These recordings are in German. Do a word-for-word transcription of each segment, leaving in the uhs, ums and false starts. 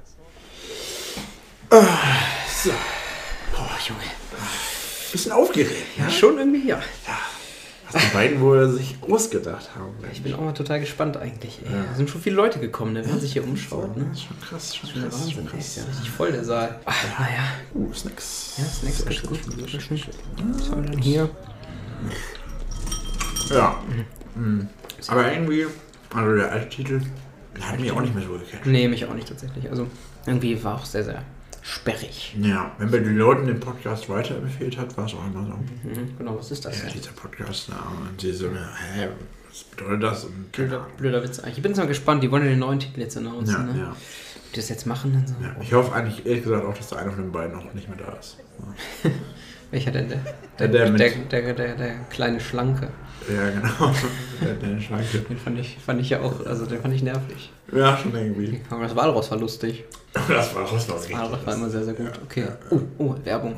Ah, so. Boah, Junge. Bisschen aufgeregt, Ja, ne? schon irgendwie, ja. Ja. Was die beiden wohl sich ausgedacht haben. Ich bin auch mal total gespannt eigentlich. Ey. Ja. Da sind schon viele Leute gekommen, ne? Wenn man sich hier umschaut. Ne? Das ist schon krass, schon Schon der krass. Wahnsinn, Schon ey. krass. Ist ja richtig voll, der Saal. Ach, naja. Uh, Snacks. Ja, Snacks, Sehr gut, schön, gut. sehr Sehr schön, schön. sehr Was haben wir denn hier? Ja. Mhm. Aber irgendwie, also der alte Titel, der hat mich auch nicht mehr so gecatcht. Nee, mich auch nicht tatsächlich. Also irgendwie war auch sehr, sehr sperrig. Ja, wenn man den Leuten den Podcast weiterempfehlt hat, war es auch immer so. Mhm, genau, was ist das Ja, denn? dieser Podcast, na, und die so, hä, was bedeutet das? Und keine Blöder, Ahnung. blöder Witz. Ich bin jetzt mal gespannt, die wollen ja den neuen Titel jetzt announcen, Ja, ne? ja. Ob die das jetzt machen dann so. Ja, ich hoffe eigentlich ehrlich gesagt auch, dass der eine von den beiden auch nicht mehr da ist. Ja. Welcher denn der? Der, Der, der mit- der, der, der, der kleine Schlanke. Ja, genau. Der, der Schlanke. Den fand ich, fand ich ja auch, also den fand ich nervig. Ja, schon irgendwie. Aber das Walross war lustig. Das war raus, was richtig. Walross war immer sehr, sehr gut. Ja, Okay. ja. Oh, oh, Werbung.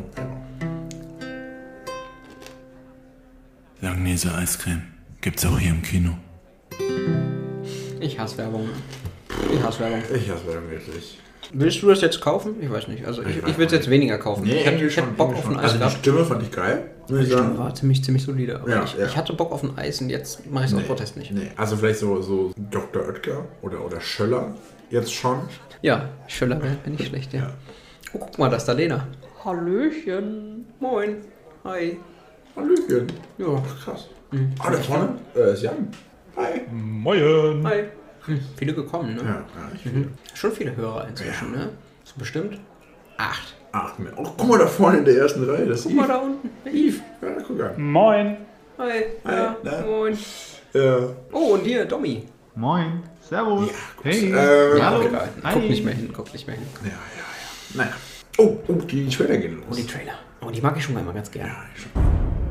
Langnese Eiscreme gibt's auch hier im Kino. Ich hasse Werbung. Ich hasse Werbung. Ich hasse Werbung wirklich. Willst du das jetzt kaufen? Ich weiß nicht. Also ich, Ich ich, weiß will es nicht. jetzt weniger kaufen. ich hatte, ich hatte Bock irgendwie auf ein schon. Eis Also die gehabt. Stimme fand ich geil, muss Die ich Stimme sagen. war ziemlich, ziemlich solide. Aber Ja, ich, ja. ich hatte Bock auf ein Eis und jetzt mache ich es aus Protest nicht. Nee, also vielleicht so, so Doktor Oetker oder, oder Schöller jetzt schon. Ja, Schöller wäre wär nicht schlecht, ja. Ja. Oh, guck mal, da ist da Lena. Hallöchen. Moin. Hi. Hallöchen. Ja. Ach, krass. Mhm. Ah, da vorne äh, ist Jan. Hi. Moin. Hi. Hm, viele gekommen, ne? Ja, ja, ich Mhm. Schon viele Hörer inzwischen, ne? So bestimmt acht. Ach, mir. Oh, guck mal da vorne in der ersten Reihe. Das Guck ist mal da unten. Der Yves. Ja, guck an. Moin. Hi. Hi, Ja, na? moin. Ja. Oh, und hier, Domi. Moin. Servus. Ja, gut. Hey. Ähm, Ja, Hallo. egal. Guck Hi. nicht mehr hin, guck nicht mehr hin. Ja, ja, ja. Naja. Oh, oh, die Trailer gehen los. Oh, die Trailer. Oh, die mag ich schon mal immer ganz gerne. Ja, ich schon.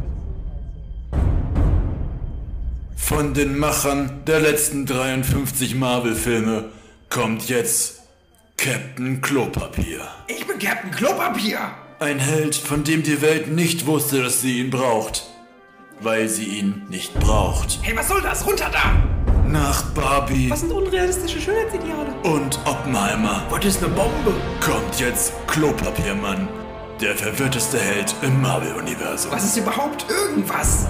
Von den Machern der letzten dreiundfünfzig Marvel-Filme kommt jetzt Captain Klopapier. Ich bin Captain Klopapier. Ein Held, von dem die Welt nicht wusste, dass sie ihn braucht. Weil sie ihn nicht braucht. Hey, was soll das? Runter da! Nach Barbie Was sind unrealistische Schönheitsideale? und Oppenheimer Was ist eine Bombe? kommt jetzt Klopapiermann. Der verwirrteste Held im Marvel-Universum. Was ist überhaupt irgendwas?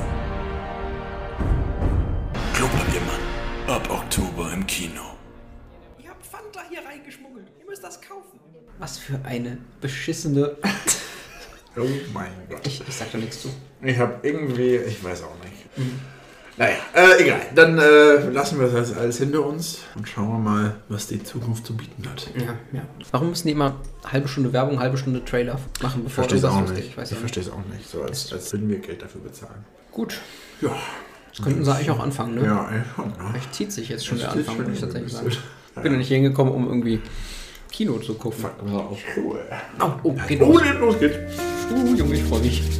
Klopapiermann. Ab Oktober im Kino. Ihr habt Fanta hier reingeschmuggelt. Ihr müsst das kaufen. Was für eine beschissene... Oh mein Gott. Ich, ich sag da nichts zu. Ich hab irgendwie, ich weiß auch nicht. Mhm. Naja, äh, egal. Dann äh, lassen wir das alles hinter uns und schauen wir mal, was die Zukunft zu bieten hat. Ja, ja. Warum müssen die immer halbe Stunde Werbung, halbe Stunde Trailer machen, Ich bevor verstehe es auch irgendwas nicht. losgeht? Ich weiß Ich auch nicht. verstehe es auch nicht. So, als, als würden wir Geld dafür bezahlen. Gut, Ja. das könnten sie eigentlich auch anfangen, ne? Ja, eigentlich schon. Ne? Vielleicht zieht sich jetzt schon Das der zieht Anfang, schon würde ich ein tatsächlich sagen. bisschen. Ich bin ja nicht hier hingekommen, um irgendwie Kino zu gucken. Fuck, mal auf Ruhe. Oh, oh, geht Oh, los. nee, los geht's. Uh, Junge, ich freue mich.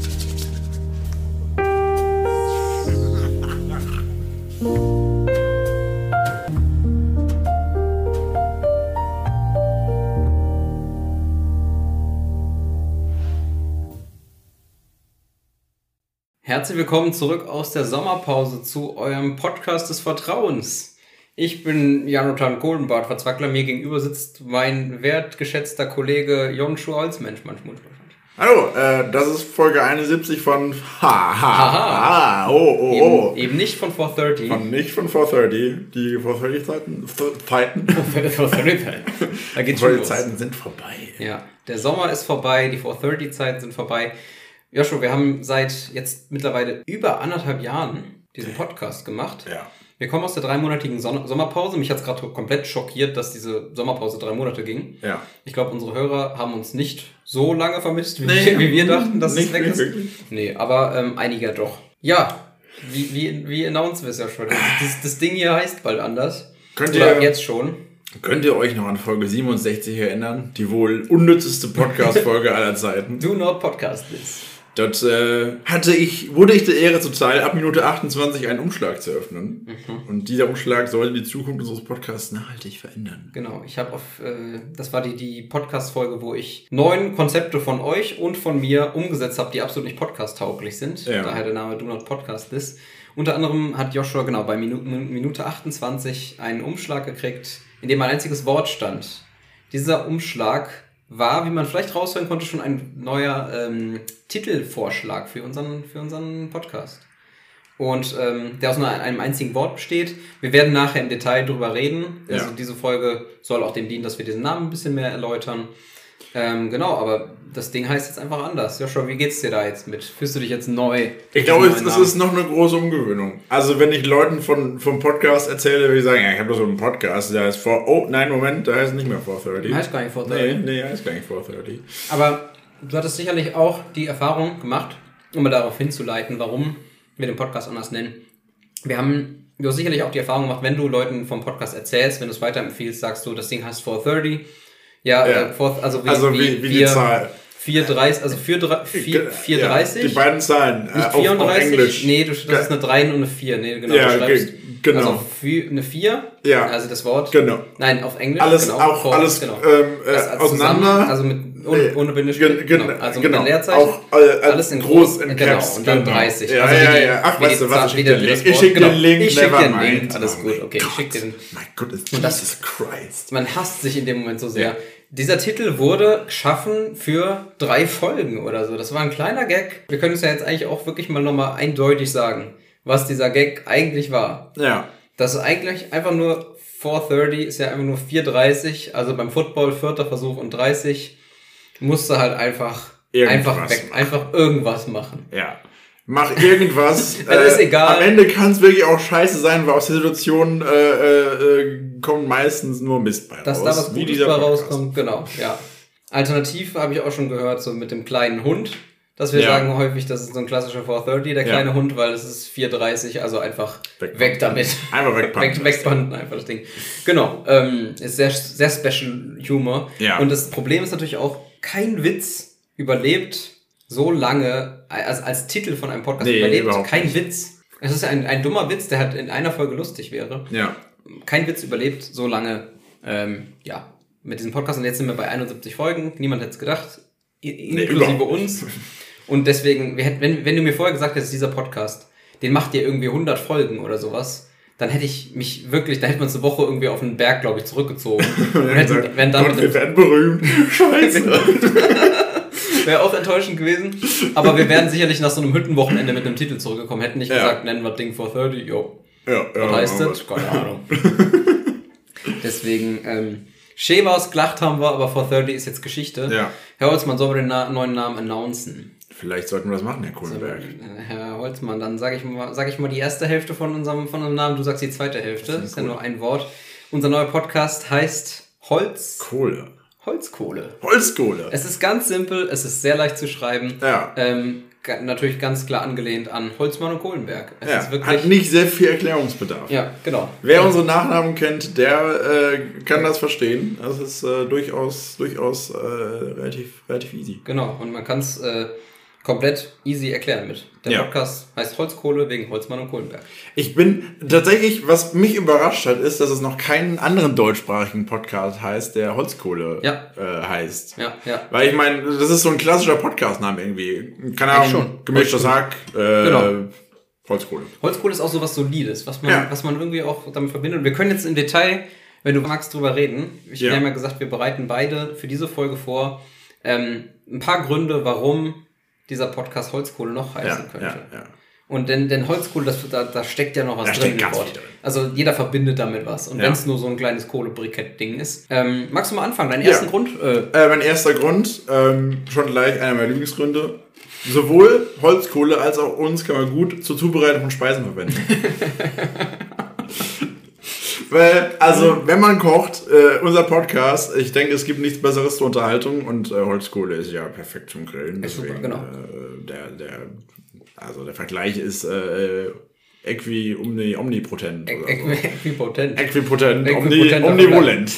Herzlich willkommen zurück aus der Sommerpause zu eurem Podcast des Vertrauens. Ich bin Jan-Othan Kohlenbart, Verzwackler. Mir gegenüber sitzt mein wertgeschätzter Kollege Jonschu Holzmensch. Manchmal. Hallo, äh, das ist Folge einundsiebzig von Ha, ha, Haha. ha, oh, oh, oh. Eben, eben nicht von vier dreißig. Von, nicht von vier dreißig. Die vier dreißig Zeiten, Zeiten, Da geht's schon die los. Zeiten sind vorbei. Ja, der Sommer ist vorbei, die vier dreißig Zeiten sind vorbei. Joshua, wir haben seit jetzt mittlerweile über anderthalb Jahren diesen Podcast gemacht. Ja. Wir kommen aus der dreimonatigen Son- Sommerpause. Mich hat es gerade komplett schockiert, dass diese Sommerpause drei Monate ging. Ja. Ich glaube, unsere Hörer haben uns nicht so lange vermisst, wie, Nee, wir, wie wir dachten, dass nicht es weg ist. wirklich. Nee, aber ähm, einige doch. Ja, wie, wie, wie announcen wir es ja schon. Das, das Ding hier heißt bald anders. Könnt Oder ihr- jetzt schon. Könnt ihr euch noch an Folge siebenundsechzig erinnern? Die wohl unnützeste Podcast-Folge aller Zeiten. Do not podcast this. Dort äh, hatte ich, wurde ich der Ehre zuteil, ab Minute achtundzwanzig einen Umschlag zu öffnen. Mhm. Und dieser Umschlag sollte die Zukunft unseres Podcasts nachhaltig verändern. Genau, ich habe auf, äh, das war die, die Podcast-Folge, wo ich neun Konzepte von euch und von mir umgesetzt habe, die absolut nicht podcast-tauglich sind. Ja. Daher der Name Do Not Podcast This. Unter anderem hat Joshua, genau, bei Minute, Minute achtundzwanzig einen Umschlag gekriegt, in dem ein einziges Wort stand. dieser Umschlag war, wie man vielleicht raushören konnte, schon ein neuer ähm, Titelvorschlag für unseren, für unseren Podcast. Und ähm, der aus nur einem einzigen Wort besteht. Wir werden nachher im Detail drüber reden. Also Ja. diese Folge soll auch dem dienen, dass wir diesen Namen ein bisschen mehr erläutern. Ähm, genau, aber das Ding heißt jetzt einfach anders. Joshua, wie geht's dir da jetzt mit? Fühlst du dich jetzt neu? Ich glaube, es, Neuen es Namen? ist noch eine große Umgewöhnung. Also wenn ich Leuten von, vom Podcast erzähle, würde ich sagen, ja, ich habe doch so einen Podcast, der heißt vor, oh nein, Moment, der heißt nicht mehr four thirty. Heißt gar nicht four Nee, thirty. nee, der heißt gar nicht four thirty. Aber du hattest sicherlich auch die Erfahrung gemacht, um mal darauf hinzuleiten, warum wir den Podcast anders nennen. Wir haben, du hast sicherlich auch die Erfahrung gemacht, wenn du Leuten vom Podcast erzählst, wenn du es weiterempfiehlst, sagst du, das Ding heißt four thirty. Ja, Ja. Äh, four, also wie, Also wie, wie die vier- Zahl. vier dreißig, also vier dreißig. Ja, die beiden Zahlen. äh, Nicht auf, auf vierunddreißig? Englisch. Nee, du, das ist eine drei und eine vier. Nee, genau, Ja, du schreibst. ge- genau. Also vier, eine vier, Ja. also das Wort. Genau. Nein, auf Englisch. Alles genau, auch, vor- alles genau. ähm, äh, Das als auseinander. Zusammen, also mit ohne, ohne Bindestrich. Gen- gen- genau. Also genau. mit einer Leerzeichen. Auch äh, alles in groß, in genau, Caps, und dann genau. dreißig. Ja, also ja, wie die, ja. Ach, wie weißt die du was, Zahl- ich wie schick der- dir wie den das Link. Ich Wort- schick dir genau. den Link, Ich schick never dir den mind. Link, alles Oh gut, mein okay, ich schick dir den. Mein Gott, ist Und das- Jesus Christ. Man hasst sich in dem Moment so sehr. Ja. Dieser Titel wurde geschaffen für drei Folgen oder so. Das war ein kleiner Gag. Wir können es ja jetzt eigentlich auch wirklich mal nochmal eindeutig sagen, was dieser Gag eigentlich war. Ja. Das ist eigentlich einfach nur four thirty, ist ja einfach nur vier dreißig, also beim Football vierter Versuch und dreißig musste halt einfach, Irgendwas einfach weg, machen. einfach irgendwas machen. Ja. Mach irgendwas. Das ist egal. Am Ende kann es wirklich auch scheiße sein, weil aus der Situation äh, äh, kommt meistens nur Mist bei Dass raus. da was wie Gutes dieser bei Podcast. rauskommt, genau, ja. Alternativ habe ich auch schon gehört, so mit dem kleinen Hund, dass wir Ja. sagen häufig, das ist so ein klassischer four thirty, der Ja. kleine Hund, weil es ist vier dreißig, also einfach Weg- weg damit. Einfach wegpacken. Weg, wegbanden einfach das Ding. Genau, ähm, ist sehr, sehr Special Humor. Ja. Und das Problem ist natürlich auch, kein Witz überlebt so lange, als, als Titel von einem Podcast Nee, überlebt, überhaupt kein nicht. Witz. Es ist ein, ein dummer Witz, der halt in einer Folge lustig wäre. Ja. Kein Witz überlebt so lange, ähm, ja, mit diesem Podcast. Und jetzt sind wir bei einundsiebzig Folgen. Niemand hätte es gedacht, i- inklusive überhaupt uns. Und deswegen, wir hätten, wenn, wenn du mir vorher gesagt hättest, dieser Podcast, den macht ihr irgendwie hundert Folgen oder sowas, dann hätte ich mich wirklich, dann hätten wir uns eine Woche irgendwie auf einen Berg, glaube ich, zurückgezogen. Und hätten, wenn dann Gott, mit wir dem, werden berühmt. Scheiße. wäre auch enttäuschend gewesen. Aber wir wären sicherlich nach so einem Hüttenwochenende mit einem Titel zurückgekommen. Hätten nicht Ja. gesagt, nennen wir Ding four thirty, jo. Ja, Was ja, heißt aber- das? Keine Ahnung. Deswegen, ähm, Schäbers gelacht haben wir, aber four thirty ist jetzt Geschichte. Ja. Herr Holzmann, sollen wir den na- neuen Namen announcen? Vielleicht sollten wir das machen, Herr Kohlenberg. Herr Holzmann, dann sage ich mal, sag ich mal die erste Hälfte von unserem, von unserem Namen, du sagst die zweite Hälfte. Das ist ja nur ein Wort. Unser neuer Podcast heißt Holz, Kohle. Holzkohle. Holzkohle. Es ist ganz simpel, es ist sehr leicht zu schreiben. Ja. Ähm, ga- natürlich ganz klar angelehnt an Holzmann und Kohlenberg. Es Ja, ist wirklich. hat nicht sehr viel Erklärungsbedarf. Ja, genau. Wer unsere Nachnamen kennt, der äh, kann das verstehen. Das ist äh, durchaus, durchaus äh, relativ, relativ easy. Genau, und man kann es äh, komplett easy erklären mit. Der Ja. Podcast heißt Holzkohle wegen Holzmann und Kohlenberg. Ich bin tatsächlich, was mich überrascht hat, ist, dass es noch keinen anderen deutschsprachigen Podcast heißt, der Holzkohle Ja. äh, heißt. Ja, ja. Weil ich meine, das ist so ein klassischer Podcast-Name irgendwie. Keine Eigentlich Ahnung, schon. gemischter Sack, äh, Genau. Holzkohle. Holzkohle ist auch so was Solides, was man, Ja. was man irgendwie auch damit verbindet. Und wir können jetzt im Detail, wenn du magst, drüber reden. Ich Ja. wir haben ja gesagt, wir bereiten beide für diese Folge vor ähm, ein paar Gründe, warum dieser Podcast Holzkohle noch heißen Ja, könnte. ja, ja. Und denn, denn Holzkohle, das, da, da steckt ja noch was Da drin. steckt im ganz Wort. viel drin. Also jeder verbindet damit was. Und Ja. wenn es nur so ein kleines Kohlebrikett-Ding ist. Ähm, magst du mal anfangen? Deinen Ja. ersten Grund? Äh, Äh, mein erster Grund, ähm, schon gleich einer meiner Lieblingsgründe. Sowohl Holzkohle als auch uns kann man gut zur Zubereitung von Speisen verwenden. Weil, also, wenn man kocht, äh, unser Podcast, ich denke, es gibt nichts Besseres zur Unterhaltung und äh, Holzkohle ist ja perfekt zum Grillen. Ist super, Deswegen, genau. äh, der, der, also der Vergleich ist äh, äqui, omni, omnipotent. Oder so. Äquipotent. Äquipotent, omni, Äquipotenter omnivolent.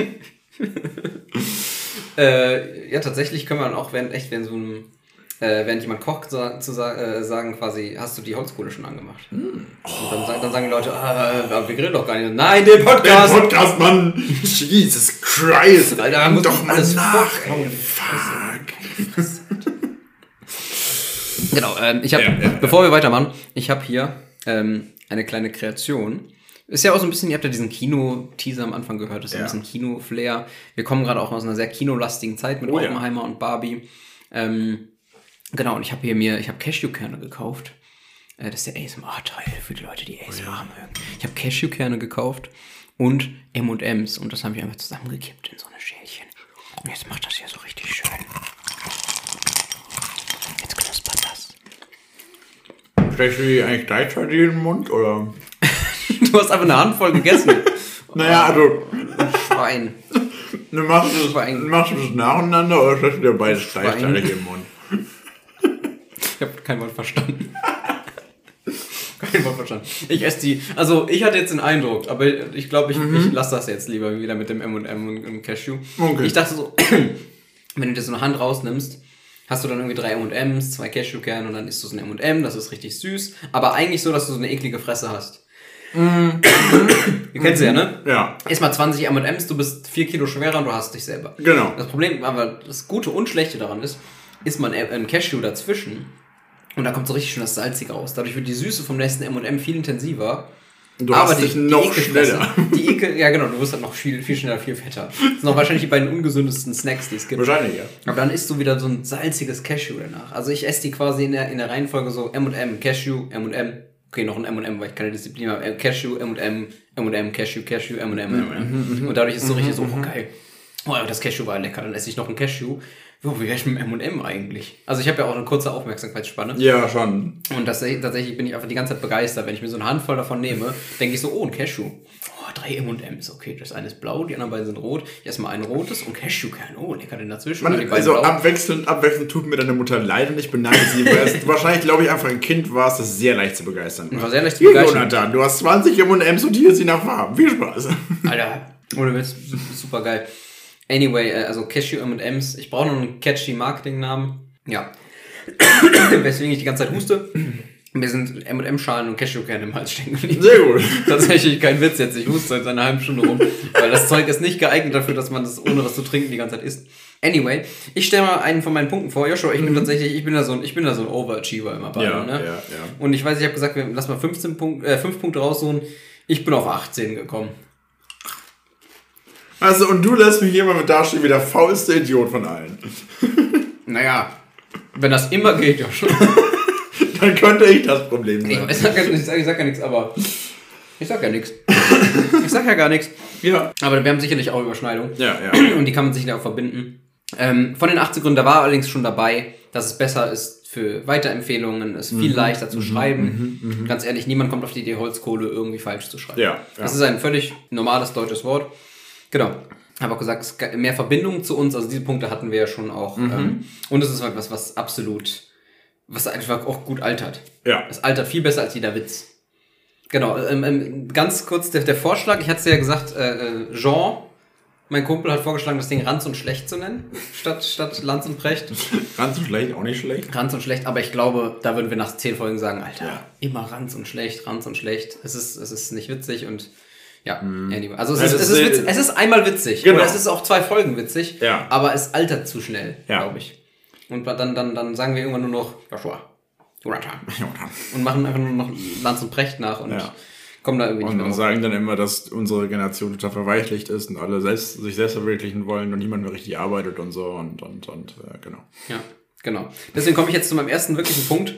Äh, ja, tatsächlich können wir dann auch während, echt während so einem, äh, während jemand kocht, sa zu sa äh, sagen quasi, hast du die Holzkohle schon angemacht? Hm. Und dann, sa- dann sagen die Leute, ah, wir grillen doch gar nicht. Nein, den Der Podcast! Podcast, Mann! Jesus Christ! Alter, muss doch mal alles nach! vor- Ey, fuck! Genau, ähm, ich habe, Ja, ja, ja. bevor wir weitermachen, ich habe hier ähm, eine kleine Kreation. Ist ja auch so ein bisschen, ihr habt ja diesen Kino-Teaser am Anfang gehört, das ist ja. ein bisschen Kino-Flair. Wir kommen gerade auch aus einer sehr kinolastigen Zeit mit oh, Oppenheimer ja. und Barbie. Ähm, genau, und ich habe hier mir, ich habe Cashewkerne gekauft. Äh, das ist der A S M R-Teil für die Leute, die A S M R oh, ja. mögen. Ich habe Cashewkerne gekauft und M und M's und das habe ich einfach zusammengekippt in so eine Schälchen. Und jetzt macht das hier so richtig schön. Jetzt knuspert das. Steckst du die eigentlich gleichzeitig in den Mund, oder? Du hast einfach eine Handvoll gegessen. Naja, also... Schwein. Du machst es, Schwein. machst du es nacheinander oder steckst du dir beides gleichzeitig im Mund? Ich habe kein Wort verstanden. Kein Wort verstanden. Ich esse die... Also, ich hatte jetzt den Eindruck, aber ich glaube, ich, mhm. ich lasse das jetzt lieber wieder mit dem M und M und, und Cashew. Okay. Ich dachte so, wenn du dir so eine Hand rausnimmst, hast du dann irgendwie drei M und M's, zwei Cashewkerne und dann isst du so ein M und M, das ist richtig süß. Aber eigentlich so, dass du so eine eklige Fresse hast. Mm. Du kennst sie ja, ne? Ja. Iss mal zwanzig M und M's, du bist vier Kilo schwerer und du hast dich selber. Genau. Das Problem, aber das Gute und Schlechte daran ist, isst man ein Cashew dazwischen und da kommt so richtig schön das Salzige raus. Dadurch wird die Süße vom nächsten M und M viel intensiver. Du aber hast die, dich noch die schneller. Die Ekel, ja genau, du wirst halt noch viel, viel schneller, viel fetter. Das sind auch wahrscheinlich die beiden ungesündesten Snacks, die es gibt. Wahrscheinlich, ja. Aber dann isst du wieder so ein salziges Cashew danach. Also ich esse die quasi in der, in der Reihenfolge so M und M, Cashew, M und M. Okay, noch ein M und M, weil ich keine Disziplin habe. Cashew, M und M, M und M, Cashew, Cashew, M und M, M und M. Und dadurch ist es so richtig so, oh geil. Oh, das Cashew war lecker, dann esse ich noch ein Cashew. Oh, wie wäre ich mit dem M und M eigentlich? Also ich habe ja auch eine kurze Aufmerksamkeitsspanne. Ja, schon. Und das, tatsächlich bin ich einfach die ganze Zeit begeistert. Wenn ich mir so eine Handvoll davon nehme, denke ich so, oh, ein Cashew. Oh, drei M und M's, okay, das eine ist blau, die anderen beiden sind rot. Ich esse mal ein rotes und Cashewkern. Oh, lecker, den dazwischen. Man, also abwechselnd, abwechselnd tut mir deine Mutter leid und ich beneide sie. Weil es wahrscheinlich, glaube ich, einfach ein Kind warst, das sehr leicht zu begeistern war. war sehr leicht zu begeistern. Jonathan, du hast zwanzig M und M's und hier sie nach Farben. Viel Spaß. Alter, ohne Witz, super geil. Anyway, also Cashew M und M's. Ich brauche noch einen catchy Marketingnamen. Ja. Weswegen ich die ganze Zeit huste. Mir sind M und M-Schalen und Cashewkerne im Hals stecken geblieben. Sehr gut. Tatsächlich kein Witz jetzt. Ich huste seit einer halben Stunde rum. Weil das Zeug ist nicht geeignet dafür, dass man das ohne was zu trinken die ganze Zeit isst. Anyway, ich stelle mal einen von meinen Punkten vor. Joshua, ich bin mhm. tatsächlich, ich bin da so ein, ich bin da so ein Overachiever immer bei ja, ne? ja, ja. Und ich weiß, ich habe gesagt, wir lass mal fünfzehn Punkte, äh, fünf Punkte raussuchen. Ich bin auf achtzehn gekommen. Also, und du lässt mich hier mal mit dastehen wie der faulste Idiot von allen. Naja, wenn das immer geht, Joshua. Dann könnte ich das Problem sein. Ich sag, ich sag, ich sag ja nichts, aber ich sag ja nichts. Ich sag ja gar nichts. Ja. Aber wir haben sicherlich auch Überschneidungen. Ja, ja. Und die kann man sicherlich auch verbinden. Ähm, von den achtzig Gründen, da war allerdings schon dabei, dass es besser ist für Weiterempfehlungen, es viel mhm. leichter zu mhm. schreiben. Mhm. Ganz ehrlich, niemand kommt auf die Idee, Holzkohle irgendwie falsch zu schreiben. Ja, ja. Das ist ein völlig normales deutsches Wort. Genau. Habe auch gesagt, es gibt mehr Verbindung zu uns. Also diese Punkte hatten wir ja schon auch. Mhm. Ähm, und es ist etwas, was absolut, was einfach auch gut altert. Ja. Es altert viel besser als jeder Witz. Genau. Ähm, ähm, ganz kurz der, der Vorschlag. Ich hatte es ja gesagt, äh, Jean, mein Kumpel, hat vorgeschlagen, das Ding Ranz und Schlecht zu nennen, statt, statt Lanz und Precht. Ranz und Schlecht, auch nicht schlecht. Ranz und Schlecht, aber ich glaube, da würden wir nach zehn Folgen sagen, Alter, ja. immer Ranz und Schlecht, Ranz und Schlecht. Es ist, es ist nicht witzig und ja, mm. anyway. Also es, ja, ist, es, ist witzig, es ist einmal witzig. Genau. Oder es ist auch zwei Folgen witzig, ja. aber es altert zu schnell, ja. glaube ich. Und dann, dann, dann sagen wir irgendwann nur noch Joshua, Jonathan. Und machen einfach nur noch Lanz und Precht nach und ja. kommen da irgendwie nicht und mehr Und auf. sagen dann immer, dass unsere Generation total verweichlicht ist und alle selbst, sich selbst verwirklichen wollen und niemand mehr richtig arbeitet und so und, und, und äh, genau. Ja. Genau. Deswegen komme ich jetzt zu meinem ersten wirklichen Punkt,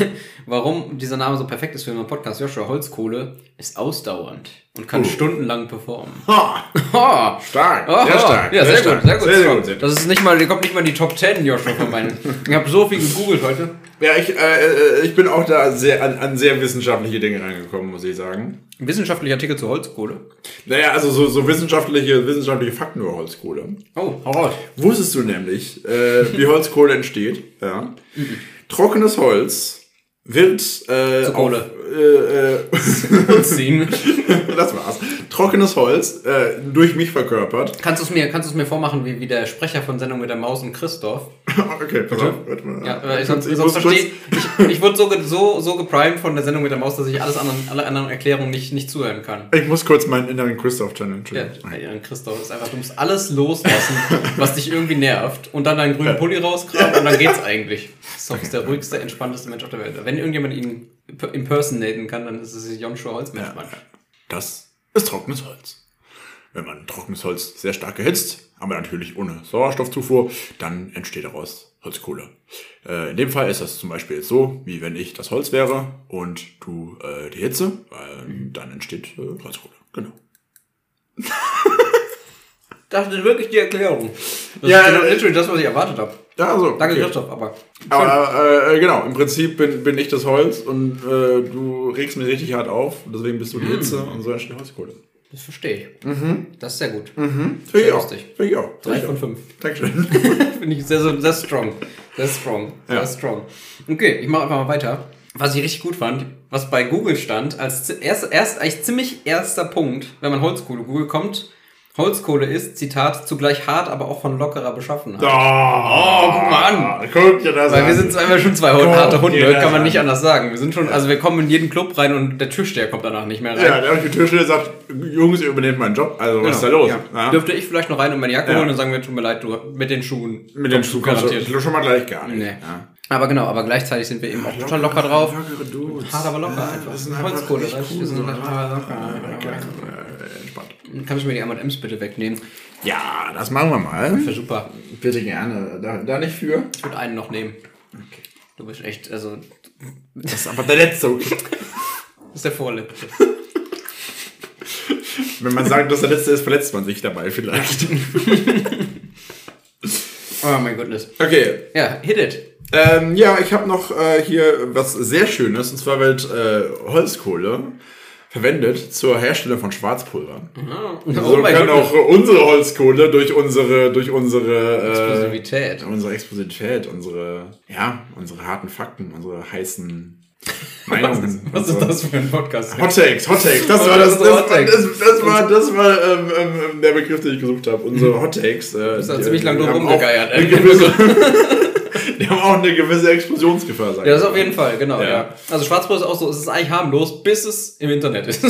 warum dieser Name so perfekt ist für meinen Podcast. Joshua, Holzkohle ist ausdauernd und kann uh. stundenlang performen. Ha. Ha. Stark, ha. sehr stark. Ja, sehr, sehr, stark. Gut, sehr gut, sehr, sehr gut. Sehr das ist nicht mal, der kommt nicht mal in die Top zehn, Joshua, von meinen. Ich habe so viel gegoogelt heute. Ja, ich, äh, ich bin auch da sehr an, an sehr wissenschaftliche Dinge reingekommen, muss ich sagen. Wissenschaftlicher Artikel zur Holzkohle? Naja, also so, so wissenschaftliche, wissenschaftliche Fakten über Holzkohle. Oh, hau raus. Wusstest du nämlich, äh, wie Holzkohle entsteht? Ja. Mhm. Trockenes Holz wird äh, zur Kohle. Auf, äh, äh, ziehen. Das war's. Trockenes Holz äh, durch mich verkörpert. Kannst du es mir, kannst du es mir vormachen, wie, wie der Sprecher von Sendung mit der Maus und Christoph? Okay, pass auf. Warte mal. Ja, ich, sonst, ich, sonst verstehe ich, ich wurde so, so, so geprimed von der Sendung mit der Maus, dass ich alles anderen, alle anderen Erklärungen nicht, nicht zuhören kann. Ich muss kurz meinen inneren Christoph-Channel. Ja, inneren Christoph ist einfach, du musst alles loslassen, was dich irgendwie nervt und dann deinen grünen Pulli rauskramen und dann geht's eigentlich. Christoph ist der ruhigste, entspannteste Mensch auf der Welt. Wenn irgendjemand ihn impersonaten kann, dann ist es Joshua Holzmenschmann. Ja. Das ist trockenes Holz. Wenn man trockenes Holz sehr stark erhitzt, aber natürlich ohne Sauerstoffzufuhr, dann entsteht daraus Holzkohle. Äh, in dem Fall ist das zum Beispiel jetzt so, wie wenn ich das Holz wäre und du äh, die Hitze, weil mhm. dann entsteht äh, Holzkohle. Genau. Das ist wirklich die Erklärung. Das Ja, ist genau, äh, literally das, was ich erwartet habe. Ja, so, Danke, okay. Christoph, aber... Aber äh, genau, im Prinzip bin, bin ich das Holz und äh, du regst mich richtig hart auf. Deswegen bist du die Hitze mm. und so entsteht Holzkohle. Das verstehe ich. Mhm. Das ist sehr gut. Mhm. Finde ich auch. Lustig. Finde ich auch. Drei von fünf. Dankeschön. Finde ich sehr, sehr, sehr strong. Sehr strong. Sehr Ja. strong. Okay, ich mache einfach mal weiter. Was ich richtig gut fand, was bei Google stand, als erst, erst eigentlich ziemlich erster Punkt, wenn man Holzkohle Google kommt, Holzkohle ist, Zitat, zugleich hart, aber auch von lockerer Beschaffenheit. Oh, oh, guck mal an. Guck dir das Weil an. wir sind zweimal schon zwei Guck harte Hunde, dir das kann man an. nicht anders sagen. Wir sind schon, also wir kommen in jeden Club rein und der Türsteher kommt danach nicht mehr rein. Ja, der Türsteher sagt, Jungs, ihr übernehmt meinen Job. Also, was ist da los? Ja. Ja. Dürfte ich vielleicht noch rein und meine Jacke Ja. holen und sagen wir, tut mir leid, du, mit den Schuhen. Mit den kommst du Schuhen kannst garantiert. du schon mal gleich gar nicht. Nee. Ja. Aber genau, aber gleichzeitig sind wir eben auch total locker drauf. Lockere Dudes. Hart, aber locker Ja, einfach. das sind einfach Holzkohle, richtig weißt du? cool. Wir sind halt aber locker. Äh, Entspannt. Kannst du mir die M und M's bitte wegnehmen? Ja, das machen wir mal. Wäre super. Bitte gerne. Da, da nicht für. Ich würde einen noch nehmen. Okay. Du bist echt, also, Das ist aber der letzte. das ist der vorletzte. Wenn man sagt, dass der letzte ist, verletzt man sich dabei vielleicht. Oh mein Goodness. Okay. Ja, hit it. Ähm, ja, ich habe noch äh, hier was sehr Schönes. Und zwar wird äh, Holzkohle verwendet zur Herstellung von Schwarzpulver. Oh, So mein kann Goodness. auch äh, unsere Holzkohle durch unsere durch unsere äh, Explosivität. unsere Explosivität, unsere ja, unsere harten Fakten, unsere heißen Meinungen. Was ist das für ein Podcast? Hot Takes, Hot Takes. Das war das, das, das, das, das war das war ähm, ähm, der Begriff, den ich gesucht habe. Unsere Hot Takes. Äh, Du hast da die- ziemlich lange die drum haben auch rumgegeiert. eine ey. gewisse- Die haben auch eine gewisse Explosionsgefahr, sag Ja, ich das mal. auf jeden Fall, genau. Ja. Ja. Also Schwarzpulver ist auch so, es ist eigentlich harmlos, bis es im Internet ist.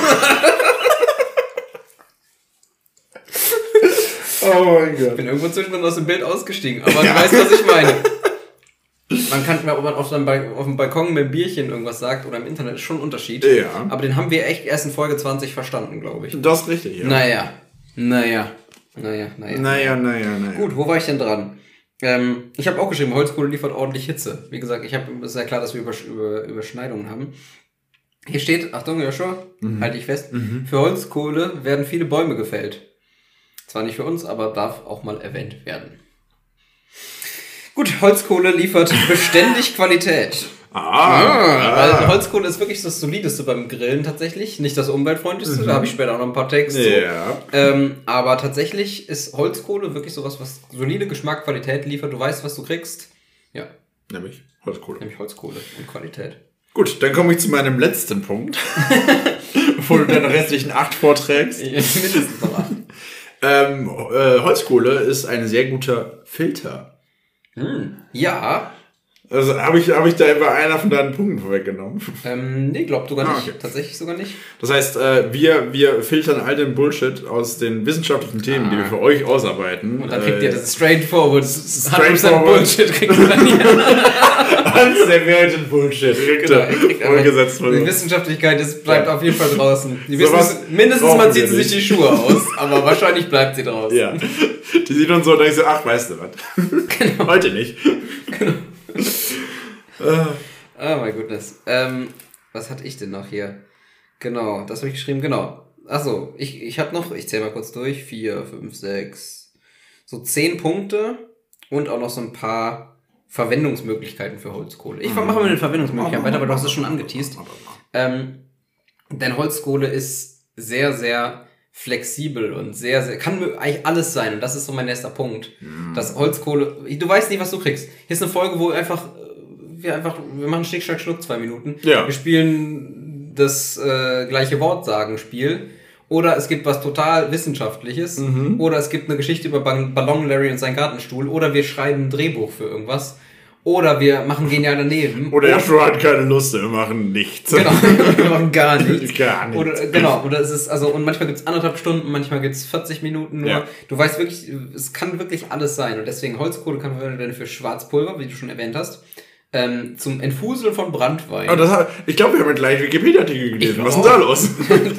Oh mein Gott. Ich bin irgendwo zwischendrin aus dem Bild ausgestiegen, aber du weißt, was ich meine. Man kann, wenn man auf, seinem Balk- auf dem Balkon mit einem Bierchen irgendwas sagt oder im Internet, ist schon ein Unterschied. Ja. Aber den haben wir echt erst in Folge zwanzig verstanden, glaube ich. Das ist richtig, ja. Naja, naja, naja, naja. Naja, naja, naja. Gut, wo war ich denn dran? Ähm, ich habe auch geschrieben, Holzkohle liefert ordentlich Hitze. Wie gesagt, ich habe, es ist ja klar, dass wir Übersch über, Überschneidungen haben. Hier steht, Achtung, Joshua, Mhm. halte ich fest, für Holzkohle werden viele Bäume gefällt. Zwar nicht für uns, aber darf auch mal erwähnt werden. Gut, Holzkohle liefert beständig Qualität. Ah, Weil Holzkohle ist wirklich das Solideste beim Grillen tatsächlich. Nicht das umweltfreundlichste, da habe ich später auch noch ein paar Texte zu. Ja. Ähm, aber tatsächlich ist Holzkohle wirklich sowas, was solide Geschmack, Qualität liefert. Du weißt, was du kriegst. Ja, Nämlich Holzkohle. nämlich Holzkohle und Qualität. Gut, dann komme ich zu meinem letzten Punkt. Bevor du deine restlichen acht vorträgst. Mindestens noch acht. Ähm, äh, Holzkohle ist ein sehr guter Filter. Hm. Ja, Also habe ich, hab ich da bei einer von deinen Punkten vorweggenommen. ähm, nee, glaub sogar Ah, nicht. okay. Tatsächlich sogar nicht. Das heißt, äh, wir, wir filtern all den Bullshit aus den wissenschaftlichen Themen, die wir für euch ausarbeiten. Und dann kriegt äh, ihr das straightforward, straightforward. hundert Prozent Bullshit kriegt ihr dann hier. unservierten Bullshit. Kriegt Genau, er ihr kriegt einfach- umgesetzt von Die uns. Wissenschaftlichkeit ist, bleibt Ja. auf jeden Fall draußen. Die So wissen, was mindestens brauchen man zieht wir sie sich die nicht. Schuhe aus, aber wahrscheinlich bleibt sie draußen. Ja. Die sieht uns so und denkt so, ach, weißt du was? Genau. Heute nicht. Oh mein Goodness. Ähm, was hatte ich denn noch hier? Genau, das habe ich geschrieben, genau. Achso, ich, ich habe noch, ich zähle mal kurz durch, vier, fünf, sechs, so zehn Punkte und auch noch so ein paar Verwendungsmöglichkeiten für Holzkohle. Ich mache mal mit den Verwendungsmöglichkeiten weiter, weil du hast es schon angeteased. Ähm, denn Holzkohle ist sehr, sehr flexibel und sehr, sehr, kann mö- eigentlich alles sein. Und das ist so mein nächster Punkt. Dass Holzkohle, du weißt nicht, was du kriegst. Hier ist eine Folge, wo einfach, äh, wir einfach, wir machen Schnick, Schnack, Schnuck zwei Minuten. Ja. Wir spielen das äh, gleiche Wortsagen-Spiel. Oder es gibt was total Wissenschaftliches. Mhm. Oder es gibt eine Geschichte über Ballon Ballon Larry und seinen Gartenstuhl. Oder wir schreiben ein Drehbuch für irgendwas. Oder wir machen genial daneben. Oder Joshua hat keine Lust, wir machen nichts. Genau, wir machen gar nichts. Gar nichts. Oder, genau, oder es ist, also, und manchmal gibt's anderthalb Stunden, manchmal gibt's vierzig Minuten nur. Ja. Du weißt wirklich, es kann wirklich alles sein. Und deswegen Holzkohle kann verwendet werden für Schwarzpulver, wie du schon erwähnt hast. Ähm, zum Entfuseln von Brandwein. Aber das hat, ich glaube, wir haben gleich Wikipedia-Artikel gelesen. Ich Was ist denn da auch. los? Es gibt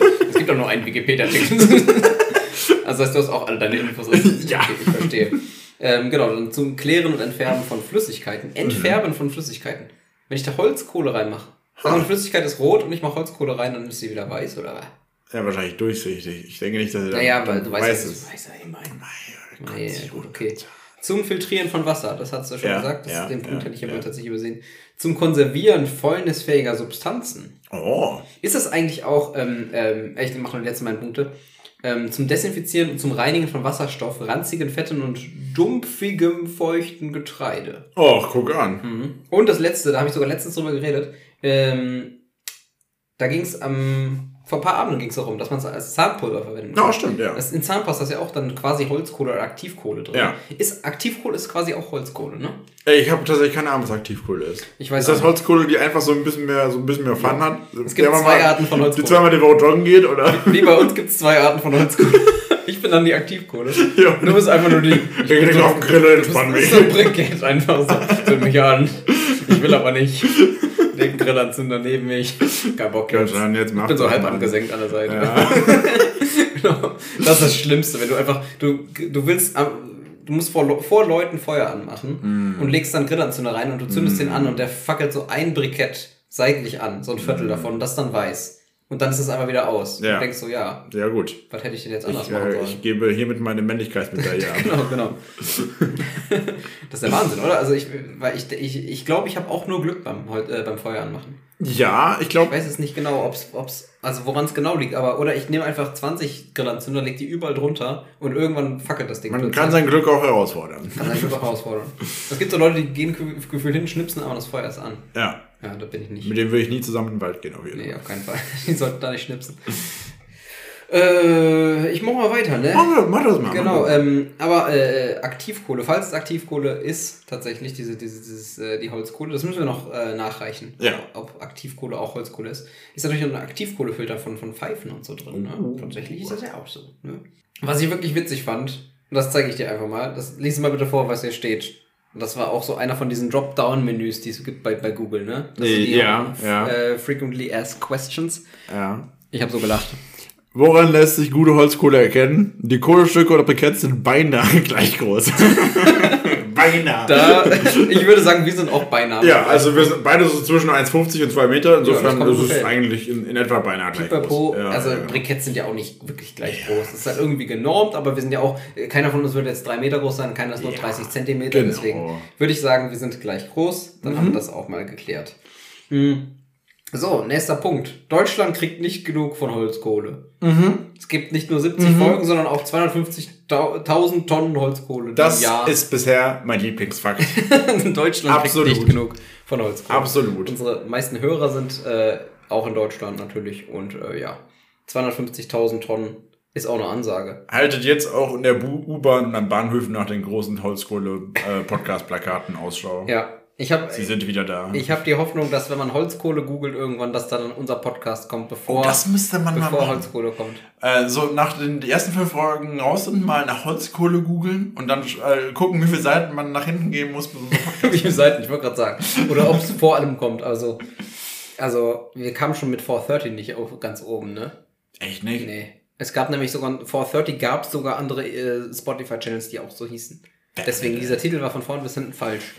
gibt auch nur einen Wikipedia-Artikel. Also das heißt, du hast auch alle deine Infos richtig. Ja. Okay, ich verstehe. Ähm, genau, dann zum Klären und Entfärben von Flüssigkeiten. Entfärben mhm. von Flüssigkeiten. Wenn ich da Holzkohle reinmache, sagen wir, die Flüssigkeit ist rot und ich mache Holzkohle rein, dann ist sie wieder weiß, oder? Ja, wahrscheinlich durchsichtig. Ich denke nicht, dass er Naja, weil du weißt, weiß es. es. Du weißt ja immer. Nee, Nee, gut, okay. Zum Filtrieren von Wasser, das hast du ja schon Ja, gesagt, das ja, ist den Punkt ja, hätte ich aber ja. tatsächlich übersehen. Zum Konservieren fäulnisfähiger Substanzen. Oh. Ist das eigentlich auch, ähm, ähm, ich mache noch die letzten beiden Punkte, ähm, zum Desinfizieren und zum Reinigen von Wasserstoff, ranzigen Fetten und dumpfigem, feuchten Getreide. Oh, guck an. Mhm. Und das letzte, da habe ich sogar letztens drüber geredet, ähm, da ging es am, vor ein paar Abenden ging es darum, dass man es als Zahnpulver verwenden kann. Ja, stimmt, ja. Das, in Zahnpasta ist ja auch dann quasi Holzkohle oder Aktivkohle drin. Ja. Ist, Aktivkohle ist quasi auch Holzkohle, ne? Ey, ich habe tatsächlich keine Ahnung, was Aktivkohle ist. Ich weiß ist das auch nicht. Holzkohle, die einfach so ein bisschen mehr, so ein bisschen mehr Fun hat? Es gibt Der zwei mal, Arten von Holzkohle. Die zweimal die Woche joggen geht, oder? Wie bei uns gibt es zwei Arten von Holzkohle. Ich bin dann die Aktivkohle. Ja. Du bist einfach nur die... Ich krieg so, auf den Grill und entspann du mich. bist so ein Brickett einfach so. Zünd mich an. Ich will aber nicht. Leg einen Grillanzünder neben mich. Kein Bock Ja, jetzt. schon, jetzt Ich mach bin so das halb mal. angesenkt an der Seite. Ja. Genau. Das ist das Schlimmste, wenn du einfach... Du, du willst... Du musst vor, vor Leuten Feuer anmachen mm. und legst dann Grillanzünder rein und du zündest mm. den an und der fackelt so ein Brikett seitlich an. So ein Viertel mm. davon. Und das dann weiß. Und dann ist es einfach wieder aus. Ja. Und du denkst so, ja, Ja, gut. was hätte ich denn jetzt anders Ich, machen äh, sollen? ich gebe hiermit meine Männlichkeitsmedaille ab. Genau, genau. Das ist der Wahnsinn, oder? Also ich, weil ich, ich, ich glaube, ich habe auch nur Glück beim, äh, beim Feuer anmachen. Ja, ich Ich glaube... weiß es nicht genau, ob's, ob's, also woran es genau liegt, aber oder ich nehme einfach zwanzig Grillanzünder, leg die überall drunter und irgendwann fackelt das Ding. Man plötzlich. kann sein Glück auch herausfordern. Kann sein Glück auch herausfordern. Es gibt so Leute, die gehen gef- gefühlt hin, schnipsen, aber das Feuer ist an. Ja. Ja, da bin ich nicht. Mit dem will ich nie zusammen in den Wald gehen, auf jeden Nee, Fall. auf keinen Fall. Die sollten da nicht schnipsen. äh, ich mach mal weiter, ne? Mach, das- mach das mal. Genau, mach das. ähm, aber äh, Aktivkohle, falls es Aktivkohle ist, tatsächlich diese, diese, dieses, äh, die Holzkohle, das müssen wir noch äh, nachreichen, Ja. ob Aktivkohle auch Holzkohle ist. Ist natürlich noch ein Aktivkohlefilter von, von Pfeifen und so drin. Ne? Oh. Tatsächlich ist das ja auch so. Ne? Was ich wirklich witzig fand, und das zeige ich dir einfach mal, das lies mal bitte vor, was hier steht. Und das war auch so einer von diesen Dropdown-Menüs, die es gibt bei, bei Google, ne? Das sind die Ja, ja. Äh, Frequently Asked Questions. Ja. Ich habe so gelacht. Woran lässt sich gute Holzkohle erkennen? Die Kohlestücke oder Briketts sind beinahe gleich groß. beinahe. Da, ich würde sagen, wir sind auch beinahe. Ja, also wir sind beide so zwischen eins Komma fünfzig und zwei Meter. Ja, das Insofern kommt ist es ungefähr. eigentlich in, in etwa beinahe gleich Pipapo, groß. Ja, also ja, genau. Briketts sind ja auch nicht wirklich gleich groß. Das ist halt irgendwie genormt, aber wir sind ja auch, keiner von uns wird jetzt drei Meter groß sein, keiner ist nur Ja, dreißig Zentimeter. genau. Deswegen würde ich sagen, wir sind gleich groß. Dann haben wir das auch mal geklärt. Mhm. So, nächster Punkt. Deutschland kriegt nicht genug von Holzkohle. Mhm. Es gibt nicht nur siebzig Mhm. Folgen, sondern auch zweihundertfünfzigtausend Tonnen Holzkohle. Das im Jahr. ist bisher mein Lieblingsfakt. Deutschland Absolut. kriegt nicht genug von Holzkohle. Absolut. Unsere meisten Hörer sind äh, auch in Deutschland natürlich und äh, ja, zweihundertfünfzigtausend Tonnen ist auch eine Ansage. Haltet jetzt auch in der Bu- U-Bahn und an Bahnhöfen nach den großen Holzkohle-Podcast-Plakaten Ausschau. Ja, ich habe Sie sind wieder da. ich hab die Hoffnung, dass wenn man Holzkohle googelt irgendwann, dass dann unser Podcast kommt, bevor, Oh, das müsste man mal bevor machen. Holzkohle kommt. Äh, so nach den ersten fünf Folgen raus sind, mal nach Holzkohle googeln und dann äh, gucken, wie viele Seiten man nach hinten gehen muss. Bis unser Podcast Wie viele Seiten, ich wollte gerade sagen. Oder ob es vor allem kommt. Also, also wir kamen schon mit vierhundertdreißig nicht auf ganz oben, ne? Echt nicht? Nee. Es gab nämlich sogar, vierhundertdreißig gab es sogar andere äh, Spotify-Channels, die auch so hießen. Deswegen, dieser Titel war von vorn bis hinten falsch.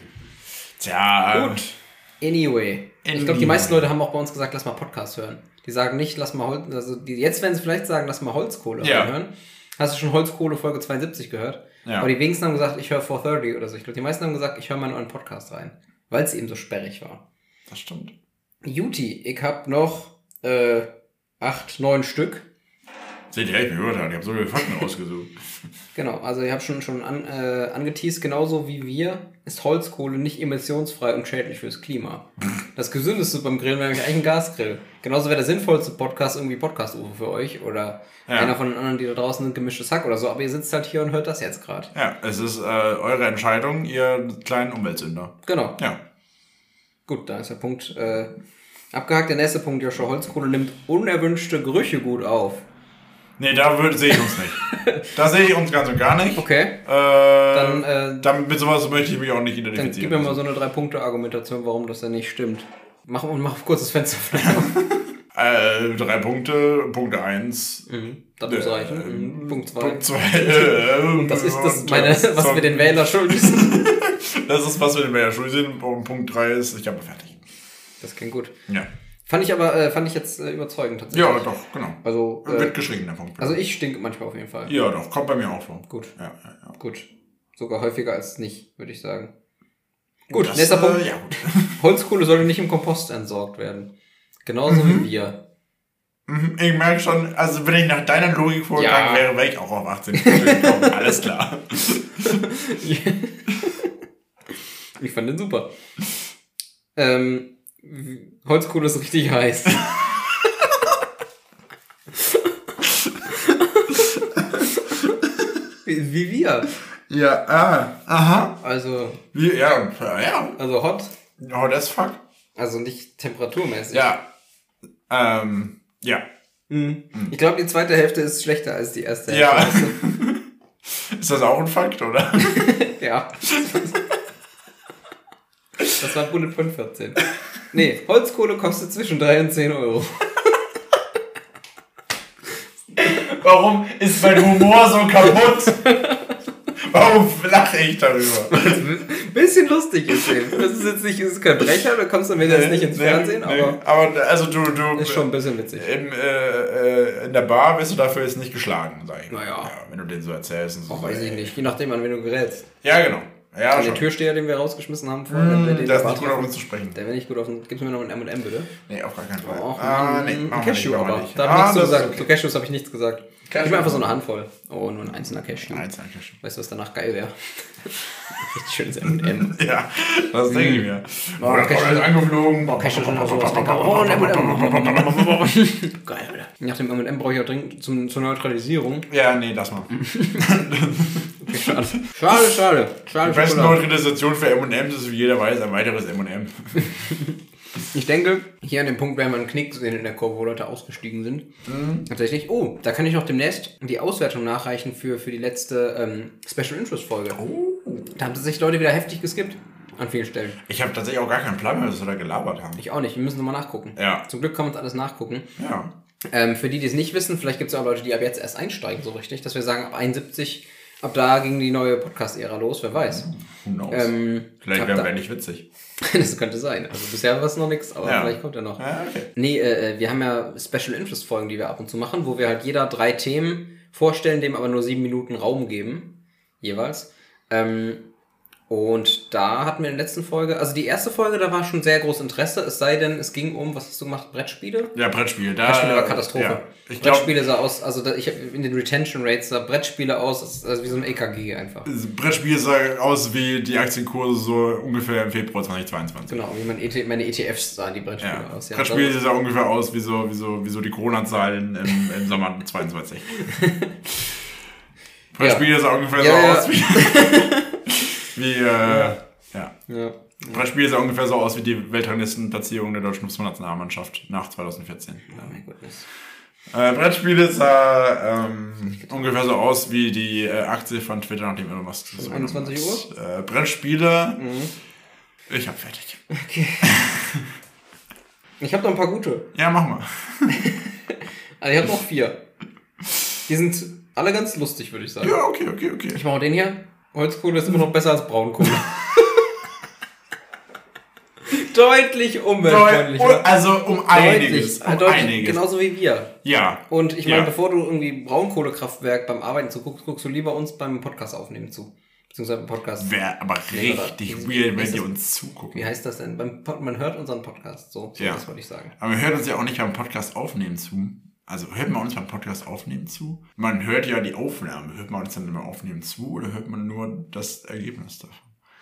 Tja, Gut. Anyway. Ich glaube, die Anyway. meisten Leute haben auch bei uns gesagt, lass mal Podcast hören. Die sagen nicht, lass mal Holz, also die, jetzt werden sie vielleicht sagen, lass mal Holzkohle Ja. hören. Hast du schon Holzkohle Folge zweiundsiebzig gehört? Ja. Aber die wenigsten haben gesagt, ich höre vierhundertdreißig oder so. Ich glaube, die meisten haben gesagt, ich höre mal in euren Podcast rein. Weil es eben so sperrig war. das stimmt. Juti, ich habe noch äh, acht, neun Stück. Seht ihr, ich bin übertan, ich habe so viele Fakten ausgesucht. Genau, also ich habe schon, schon an, äh, angeteased, genauso wie wir ist Holzkohle nicht emissionsfrei und schädlich fürs Klima. Das Gesündeste beim Grillen wäre eigentlich ein Gasgrill. Genauso wäre der sinnvollste Podcast irgendwie Podcast-Ufer für euch oder Ja. einer von den anderen, die da draußen sind, gemischtes Hack oder so. Aber ihr sitzt halt hier und hört das jetzt gerade. Ja, es ist äh, eure Entscheidung, ihr kleinen Umweltsünder. Genau. Ja. Gut, da ist der Punkt äh, abgehakt. Der nächste Punkt, Joshua, Holzkohle nimmt unerwünschte Gerüche gut auf. Nee, da würd- sehe ich uns nicht. Da sehe ich uns ganz und gar nicht. Okay, Äh, dann, äh, damit, mit sowas möchte ich mich auch nicht dann identifizieren. gib mir mal so eine Drei-Punkte-Argumentation, warum das denn nicht stimmt. Mach, und mach kurz das Fenster. Äh, drei Punkte. Punkt eins. Mhm. Das muss reichen. Mhm. Punkt zwei. Punkt zwei. Äh, Das ist das, und meine, das was so- wir den Wähler schuldig sind. Das ist, was wir den Wähler schuldig sind. Und Punkt drei ist, ich habe fertig. Das klingt gut. Ja. Fand ich aber, äh, fand ich jetzt äh, überzeugend tatsächlich. Ja, doch, genau. Also, äh, Wird geschrieben, der Punkt. also ich stinke manchmal auf jeden Fall. Ja, doch, kommt bei mir auch vor. Gut, Ja, ja, ja. gut. Sogar häufiger als nicht, würde ich sagen. Gut, Das, nächster äh, Punkt. Ja, gut. Holzkohle sollte nicht im Kompost entsorgt werden. Genauso Mhm. wie wir. Mhm, Ich merke schon, also wenn ich nach deiner Logik vorgegangen Ja. wäre, wäre ich auch auf achtzehn gekommen. Alles klar. Ich fand den super. Ähm, Holzkohle ist richtig heiß. wie, wie wir. Ja, ah, aha. Also, Wie, ja, ja. also hot. Oh, das fuck. Also nicht temperaturmäßig. Ja. Ähm, ja. Mhm. Ich glaube, die zweite Hälfte ist schlechter als die erste Ja. Hälfte. Ist das auch ein Fakt, oder? Ja. Das war Bullet Point vierzehn. Nee, Holzkohle kostet zwischen drei und zehn Euro. Warum ist mein Humor so kaputt? Warum lache ich darüber? Bisschen lustig ist eben. Das ist jetzt nicht, das ist kein Brecher, da kommst du mir jetzt nicht ins Nee, Fernsehen, nee. aber Aber also du, du ist schon ein bisschen witzig. im, äh, äh, in der Bar wirst du dafür jetzt nicht geschlagen, sag ich. mal. Naja. Ja, wenn du den so erzählst und so. Auch weiß ich nicht, je nachdem an wen du gerätst. Ja, genau. Ja, An den schon. Türsteher, den wir rausgeschmissen haben vorhin, der, den Der ist wir nicht gut auf warten. uns zu sprechen. Der wäre nicht gut auf den. Gib's mir noch ein M und M, bitte. Nee, auf gar keinen Fall. Och, ah, Mann, nee, ein machen wir Cashew nicht, machen wir aber. nicht. Da habe ich Ah, nichts zu das ist gesagt. okay. Zu Cashews habe ich nichts gesagt. Cashew. Ich mir einfach so eine Handvoll. Oh, nur ein einzelner Cashew. Eins, ein Cashew. Weißt du, was danach geil wäre? Richtig schönes M und M. Ja, das denke ich mir. Oh, Oder Cashew. kommt alles angeflogen. Oh, Cashew sind auch sowas lecker. Oh, ein M und M. Geil, Alter. Nach dem M und M brauche ich auch dringend zum, zur Neutralisierung. Ja, nee, das mal. Okay, schade. Schade, schade. Schade, Die beste Schokolade. Neutralisation für M und M's ist, wie jeder weiß, ein weiteres M und M. Ich denke, hier an dem Punkt werden wir einen Knick sehen in der Kurve, wo Leute ausgestiegen sind. Mhm. Tatsächlich. Oh, da kann ich noch demnächst die Auswertung nachreichen für, für die letzte ähm, Special Interest Folge. Oh. Da haben sich Leute wieder heftig geskippt. An vielen Stellen. Ich habe tatsächlich auch gar keinen Plan mehr, was wir da gelabert haben. Ich auch nicht. Wir müssen nochmal nachgucken. Ja. Zum Glück kann man uns alles nachgucken. Ja. Ähm, für die, die es nicht wissen, vielleicht gibt es ja auch Leute, die ab jetzt erst einsteigen, so richtig, dass wir sagen, ab einundsiebzig, ab da ging die neue Podcast-Ära los, wer weiß. Who knows? Ähm, Vielleicht ab wäre da- wir nicht witzig. Das könnte sein. Also bisher war es noch nichts, aber Ja. vielleicht kommt ja noch. Ja, okay. Nee, äh, wir haben ja Special Interest Folgen, die wir ab und zu machen, wo wir halt jeder drei Themen vorstellen, dem aber nur sieben Minuten Raum geben, jeweils. Ähm, und da hatten wir in der letzten Folge, also die erste Folge, da war schon sehr großes Interesse, es sei denn, es ging um, was hast du gemacht, Brettspiele? Ja, Brettspiel. Da, Brettspiele war Katastrophe. Ja. Ich glaube, Brettspiele sah aus, also da, ich habe in den Retention Rates sah Brettspiele aus, also wie so ein E K G einfach. Brettspiel sah aus wie die Aktienkurse so ungefähr im Februar zweitausendzweiundzwanzig. Genau, wie mein E T, meine E T Fs sahen die Brettspiele Ja. aus. Ja, Brettspiel sah ungefähr aus wie so, wie so, wie so die Corona-Zahlen im, im Sommer zweiundzwanzig. Brettspiel sah ungefähr Ja, so ja. aus wie, wie äh, ja. ja. Brettspiel sah ungefähr so aus wie die Weltranglistenplatzierung der deutschen Fußballnationalmannschaft nach zweitausendvierzehn. Oh mein Goodness. Äh, Brettspiele sah ähm, ungefähr so aus wie die äh, Aktie von Twitter, nachdem Elon Musk so einundzwanzig genommen hat. Äh, Brettspiele. Mhm. Ich hab fertig. Ich habe noch ein paar gute. Ja, mach mal. Also ich habe noch vier. Die sind alle ganz lustig, würde ich sagen. Ja, okay, okay, okay. Ich mache den hier. Holzkohle ist immer noch besser als Braunkohle. Deutlich umweltfreundlicher. Also um einiges. Um deutlich, einiges. genauso wie wir. Ja. Und ich meine, Ja. bevor du irgendwie Braunkohlekraftwerk beim Arbeiten zuguckst, guckst du lieber uns beim Podcast aufnehmen zu. Beziehungsweise beim Podcast. Wäre aber Nee, oder- richtig wie- weird, wie wenn ist die das? uns zugucken. Wie heißt das denn? Beim Pod, man hört unseren Podcast. So, so Ja. das wollte ich sagen. Aber man hört uns ja auch nicht beim Podcast aufnehmen zu. Also hört man uns beim Podcast aufnehmen zu? Man hört ja die Aufnahme. Hört man uns dann beim Aufnehmen zu oder hört man nur das Ergebnis davon?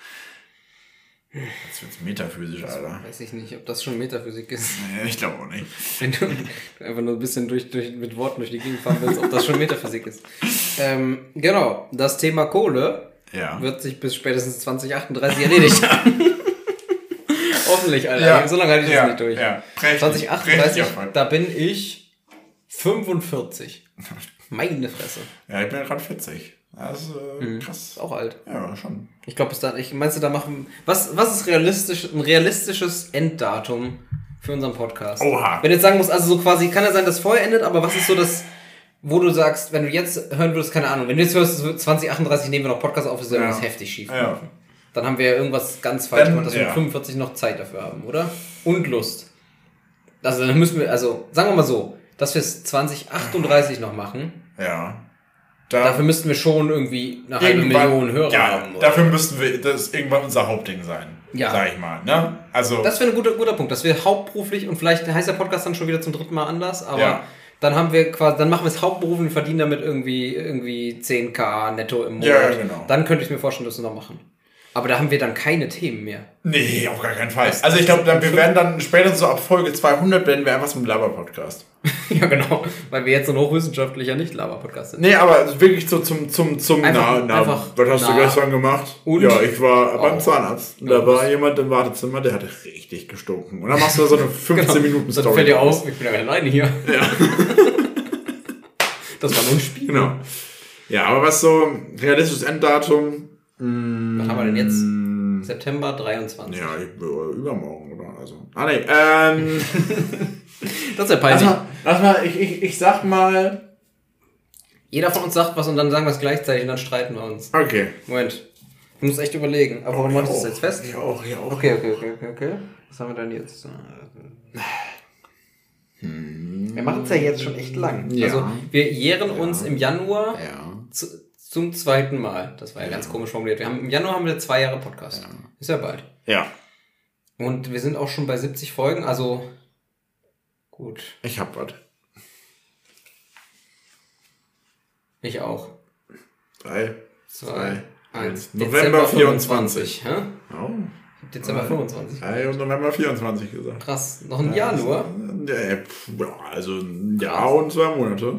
Jetzt wird's metaphysisch, Alter. Weiß ich nicht, ob das schon Metaphysik ist. Nee, ich glaube auch nicht. Wenn du einfach nur ein bisschen durch, durch, mit Worten durch die Gegend fahren willst, ob das schon Metaphysik ist. Ähm, genau, das Thema Kohle Ja. wird sich bis spätestens zwanzig achtunddreißig erledigt haben. Hoffentlich, Alter. Ja. So lange halte ich Ja. das nicht durch. Ja. Prächtig. zwanzig achtunddreißig, Prächtig auf- da bin ich fünfundvierzig. Meine Fresse. Ja, ich bin gerade vierzig. Das ist äh, Mhm. krass. Ist auch alt. Ja, schon. Ich glaube, bis dann, ich meinst du, da machen, was, was ist realistisch, ein realistisches Enddatum für unseren Podcast. Oha. Wenn du jetzt sagen musst, also so quasi, kann ja sein, dass vorher endet, aber was ist so das, wo du sagst, wenn du jetzt hören würdest, keine Ahnung, wenn du jetzt hörst, so zwanzig achtunddreißig nehmen wir noch Podcast auf, ist ja irgendwas heftig schief. Ja. Dann haben wir irgendwas ganz falsch Dann, gemacht, dass wir ja. mit fünfundvierzig noch Zeit dafür haben, oder? Und Lust. Also dann müssen wir, also sagen wir mal so, dass wir es zwanzig achtunddreißig noch machen, Ja. Da dafür müssten wir schon irgendwie eine halbe irgendwann- Million Hörer ja, haben. Oder? dafür müssten wir, das irgendwann unser Hauptding sein. Ja. Sag ich mal, ne? Also. Das wäre ein guter, guter Punkt, dass wir hauptberuflich, und vielleicht heißt der Podcast dann schon wieder zum dritten Mal anders, aber Ja. dann haben wir quasi, dann machen wir es hauptberuflich und verdienen damit irgendwie, irgendwie zehn K netto im Monat. Ja, genau. Dann könnte ich mir vorstellen, dass wir noch machen. Aber da haben wir dann keine Themen mehr. Nee, auf gar keinen Fall. Also ich glaube, wir werden dann spätestens so ab Folge zweihundert werden wir einfach so ein Laber-Podcast. Ja, genau. Weil wir jetzt so ein hochwissenschaftlicher Nicht-Laber-Podcast sind. Nee, aber wirklich so zum, zum, zum, Einfach- na, na, einfach was hast nah. du gestern gemacht? Und? Ja, ich war beim Oh. Zahnarzt. Und Ja, da war was? jemand im Wartezimmer, der hatte richtig gestunken. Und dann machst du da so eine fünfzehn Minuten Dann Story. fällt dir draus. auf, ich bin ja alleine hier. Ja. Das war nur ein Spiel. Genau. Ja, aber was so realistisches Enddatum? Was haben wir denn jetzt? September dreiundzwanzig. Ja, ich, übermorgen, oder? Also. Ah, nee, ähm. Das ist ja lass peinlich. mal, lass mal ich, ich, ich sag mal. Jeder von uns sagt was und dann sagen wir es gleichzeitig und dann streiten wir uns. Okay. Moment. Ich muss echt überlegen. Aber warum machst du das jetzt fest? Ich auch, ich auch. Okay, okay, okay, okay, okay. Was haben wir denn jetzt? Wir machen es ja jetzt schon echt lang. Ja. Also wir jähren uns im Januar Ja. zu, zum zweiten Mal. Das war ja ganz komisch formuliert. Wir haben, im Januar haben wir zwei Jahre Podcast. Ist ja bald. Ja. Und wir sind auch schon bei siebzig Folgen, also gut. Ich hab was. Ich auch. Drei, Zwei, zwei, eins. November vierundzwanzig. Hä? Oh. Dezember fünfundzwanzig. Drei und November vierundzwanzig gesagt. Krass. Noch ein Jahr nur? Ja, pf, ja, also ein Jahr und zwei Monate.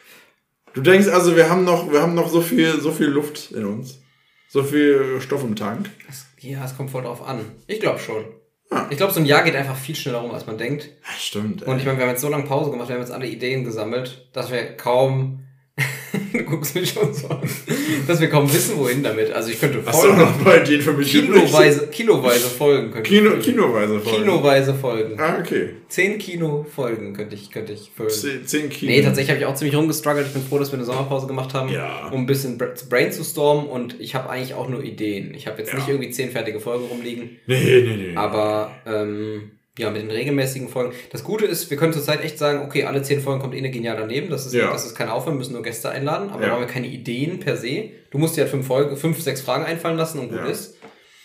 Du denkst also, wir haben noch, wir haben noch so viel, so viel Luft in uns. So viel Stoff im Tank. Es, ja, es kommt voll drauf an. Ich glaube schon. Ja. Ich glaube, so ein Jahr geht einfach viel schneller rum, als man denkt. Ja, stimmt. Und ich meine, wir haben jetzt so lange Pause gemacht, wir haben jetzt alle Ideen gesammelt, dass wir kaum... du guckst mich schon so an. Dass wir kaum wissen, wohin damit. Also ich könnte Hast du Folgen... noch bei denen für mich Kiloweise, kiloweise Folgen könnte Kino, ich füllen. Kinoweise Folgen. Kiloweise Folgen. Ah, okay. Zehn Kino-Folgen könnte ich, könnte ich füllen. Zehn, zehn Kino. Nee, tatsächlich habe ich auch ziemlich rumgestruggelt. Ich bin froh, dass wir eine Sommerpause gemacht haben, Ja. um ein bisschen bra- zu brainstormen, und ich habe eigentlich auch nur Ideen. Ich habe jetzt Ja. nicht irgendwie zehn fertige Folgen rumliegen, Nee, nee, nee. aber ähm, ja, mit den regelmäßigen Folgen. Das Gute ist, wir können zurzeit echt sagen, okay, alle zehn Folgen kommt eh eine genial daneben. Das ist, Ja. das ist kein Aufwand, wir müssen nur Gäste einladen, aber Ja. da haben wir keine Ideen per se. Du musst dir halt fünf, Folge, fünf, sechs Fragen einfallen lassen und gut Ja. ist.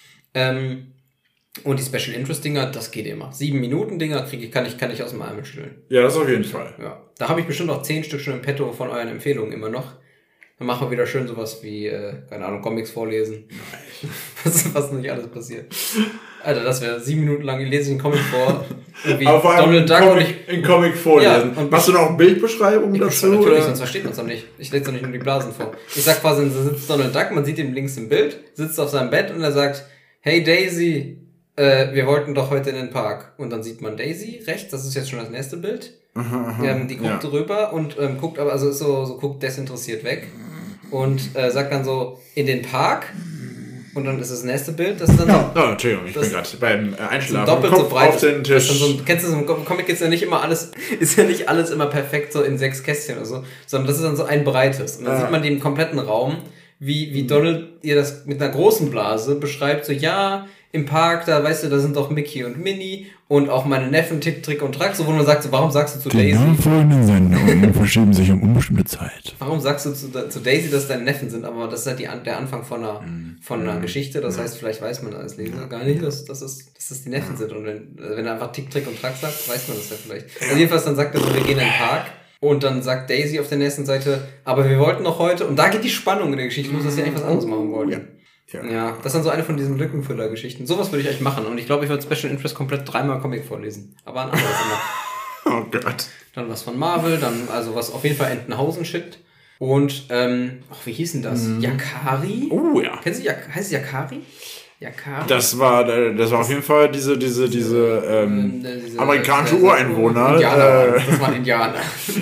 Ähm, und die Special Interest Dinger, das geht immer. Sieben Minuten Dinger kriege ich, kann ich, kann ich aus dem Ärmel schütteln. Ja, das auf jeden Fall. Ja, da habe ich bestimmt noch zehn Stück schon im Petto von euren Empfehlungen immer noch. Dann machen wir wieder schön sowas wie, äh, keine Ahnung, Comics vorlesen. was, was nicht alles passiert. Alter, das wäre sieben Minuten lang, ich lese ich einen Comic vor. Irgendwie Aber vor allem Donald Duck Comic, und ich... in Comic vorlesen. Ja, und- Machst du noch Bildbeschreibungen Ich dazu? natürlich, Oder? sonst versteht man es doch nicht. Ich lese doch nicht nur die Blasen vor. Ich sag quasi, da sitzt Donald Duck, man sieht ihn links im Bild, sitzt auf seinem Bett und er sagt, hey Daisy, äh, wir wollten doch heute in den Park. Und dann sieht man Daisy rechts, das ist jetzt schon das nächste Bild. Ähm, die guckt Ja. rüber und ähm, guckt aber, also ist so, so guckt desinteressiert weg und äh, sagt dann so, in den Park. Und dann ist das nächste Bild, das ist dann so, Oh, Entschuldigung, ich Das- bin gerade beim äh, so Einschlafen. doppelt Kopf so breit. auf den Das ist Tisch. dann so, kennst du, so im Comic ist ja nicht immer alles, ist ja nicht alles immer perfekt so in sechs Kästchen oder so, sondern das ist dann so ein breites. Und dann Ah. sieht man den kompletten Raum, wie, wie Donald ihr das mit einer großen Blase beschreibt, so, ja, im Park, da weißt du, da sind doch Mickey und Minnie und auch meine Neffen Tick, Trick und Track, so, wo man sagt, so, warum sagst du zu Die Daisy, nachfolgenden Sendungen verschieben sich um unbestimmte Zeit. warum sagst du zu, zu Daisy, dass deine Neffen sind, aber das ist halt die, An- der Anfang von einer, von einer Geschichte, das heißt, vielleicht weiß man als Leser gar nicht, dass, dass, es, dass es die Neffen sind, und wenn, wenn er einfach Tick, Trick und Track sagt, weiß man das ja vielleicht. Also jedenfalls, dann sagt er so, wir gehen in den Park, und dann sagt Daisy auf der nächsten Seite, aber wir wollten noch heute, und da geht die Spannung in der Geschichte los, dass sie eigentlich was anderes machen wollten. Ja. Ja, das ist dann so eine von diesen Lückenfüller-Geschichten. Sowas würde ich eigentlich machen, und ich glaube, ich würde Special Interest komplett dreimal Comic vorlesen, aber ein anderes immer. Oh Gott. Dann was von Marvel, dann also was auf jeden Fall Entenhausen-Shit. Und, ähm, ach, wie hieß denn das? Yakari? Oh ja. Kennst du Jak heißt es Yakari? Yakari? Das war, äh, das war auf jeden Fall diese, diese, diese ähm, Ähm, diese- amerikanische diese- Ureinwohner. Indianer, Äh, das waren Indianer.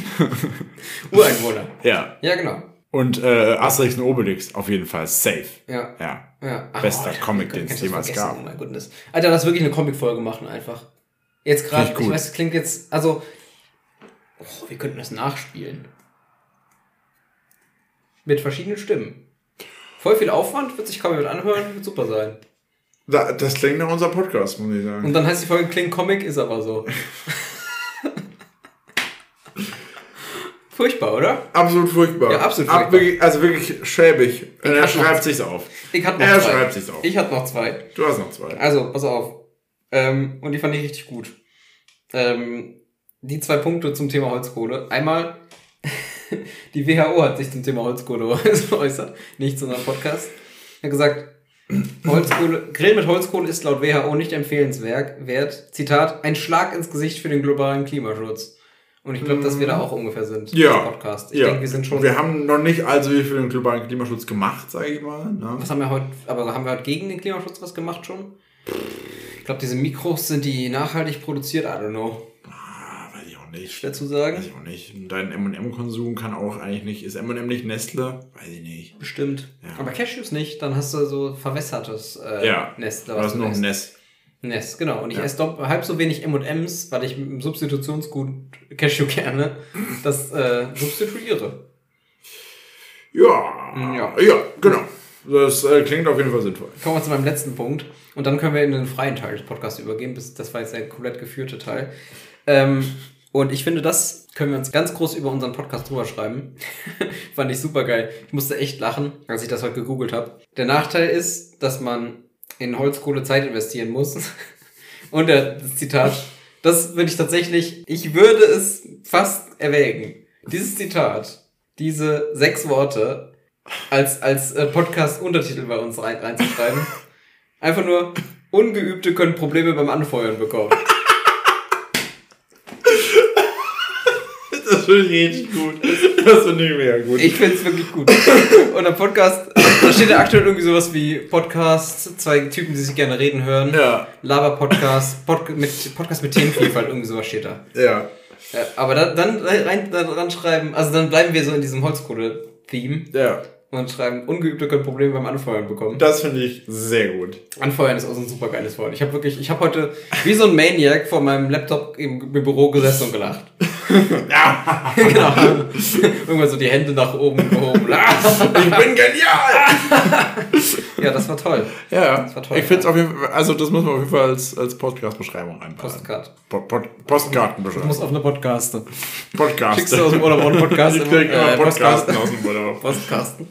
Ureinwohner. ja. Ja, genau. Und äh, Asterix und Obelix auf jeden Fall safe. Ja. Ja. Ja. Ach, Bester Alter, Comic, wie den es kann ich das jemals vergessen? gab. Oh mein Goodness. Alter, lass wirklich eine Comic-Folge machen einfach. Jetzt gerade, Klingt ich gut. weiß, es klingt jetzt, also, oh, wir könnten das nachspielen. Mit verschiedenen Stimmen. Voll viel Aufwand, wird sich kaum jemand anhören, wird super sein. Da, das klingt nach unser Podcast, muss ich sagen. Und dann heißt die Folge Kling Comic, ist aber so. Furchtbar, oder? Absolut furchtbar. Ja, absolut Ab, furchtbar. wirklich, also wirklich schäbig. Und er hab noch- schreibt sich's auf. Ich hatte noch Er zwei. schreibt sich's auf. Ich hatte noch zwei. Du hast noch zwei. Also, pass auf. Ähm, und die fand ich richtig gut. Ähm, die zwei Punkte zum Thema Holzkohle. Einmal, die W H O hat sich zum Thema Holzkohle geäußert. Nicht zu unserem Podcast. Er hat gesagt, Holzkohle, Grillen mit Holzkohle ist laut W H O nicht empfehlenswert. Wert, Zitat, ein Schlag ins Gesicht für den globalen Klimaschutz. Und ich glaube, dass wir da auch ungefähr sind. Ja. Als Podcast. Ich ja. denke, wir sind schon. Wir haben noch nicht allzu viel für den globalen Klimaschutz gemacht, sage ich mal. Ne? Was haben wir heute, aber haben wir heute gegen den Klimaschutz was gemacht schon? Ich glaube, diese Mikros sind die nachhaltig produziert, I don't know. Ah, weiß ich auch nicht. Schwer zu sagen. Weiß ich auch nicht. Und dein M und M-Konsum kann auch eigentlich nicht. Ist M und M nicht Nestle? Weiß ich nicht. Bestimmt. Ja. Aber Cashews nicht, dann hast du so verwässertes äh, Ja. Nest. Du hast noch ein Nest. Nest, genau. Und ich Ja. esse dopp- halb so wenig M und M's, weil ich mit dem Substitutionsgut Cashewkerne das äh, substituiere. Ja. Ja. Ja, genau. Das äh, klingt auf jeden Fall sinnvoll. Kommen wir zu meinem letzten Punkt. Und dann können wir in den freien Teil des Podcasts übergehen. Bis, das war jetzt der komplett geführte Teil. Ähm, und ich finde, das können wir uns ganz groß über unseren Podcast drüber schreiben. Fand ich super geil. Ich musste echt lachen, als ich das heute gegoogelt habe. Der Nachteil ist, dass man in Holzkohle Zeit investieren muss. Und der, das Zitat, das würde ich tatsächlich, ich würde es fast erwägen. Dieses Zitat, diese sechs Worte als, als äh, Podcast-Untertitel bei uns rein, reinzuschreiben. Einfach nur, Ungeübte können Probleme beim Anfeuern bekommen. Das finde ich richtig gut. Das finde ich mega gut. Ich finde es wirklich gut. Und der Podcast, da steht ja aktuell irgendwie sowas wie Podcast, zwei Typen, die sich gerne reden hören. Ja. Laber-Podcast, Pod, mit, Podcast mit Themenvielfalt, irgendwie sowas steht da. Ja. Ja, aber da, dann rein, da dran schreiben, also dann bleiben wir so in diesem Holzkohle-Theme Ja. und schreiben, Ungeübte können Probleme beim Anfeuern bekommen. Das finde ich sehr gut. Anfeuern ist auch so ein super geiles Wort. Ich habe wirklich, ich habe heute wie so ein Maniac vor meinem Laptop im Büro gesessen und gelacht. Ja. Genau. Irgendwann so die Hände nach oben gehoben. Ich bin genial! Ja, das war toll. Ja, Das war toll. ich finde es auf jeden Fall, also das muss man auf jeden Fall als, als Podcast-Beschreibung einbauen. Postcard. Po Pod Du Postkartenbeschreibung. musst auf eine Podcaste. Podcast. Schickst du aus dem Urlaub auch einen Podcast? Ich krieg immer Äh, Podcasten aus dem Urlaub. Postkasten.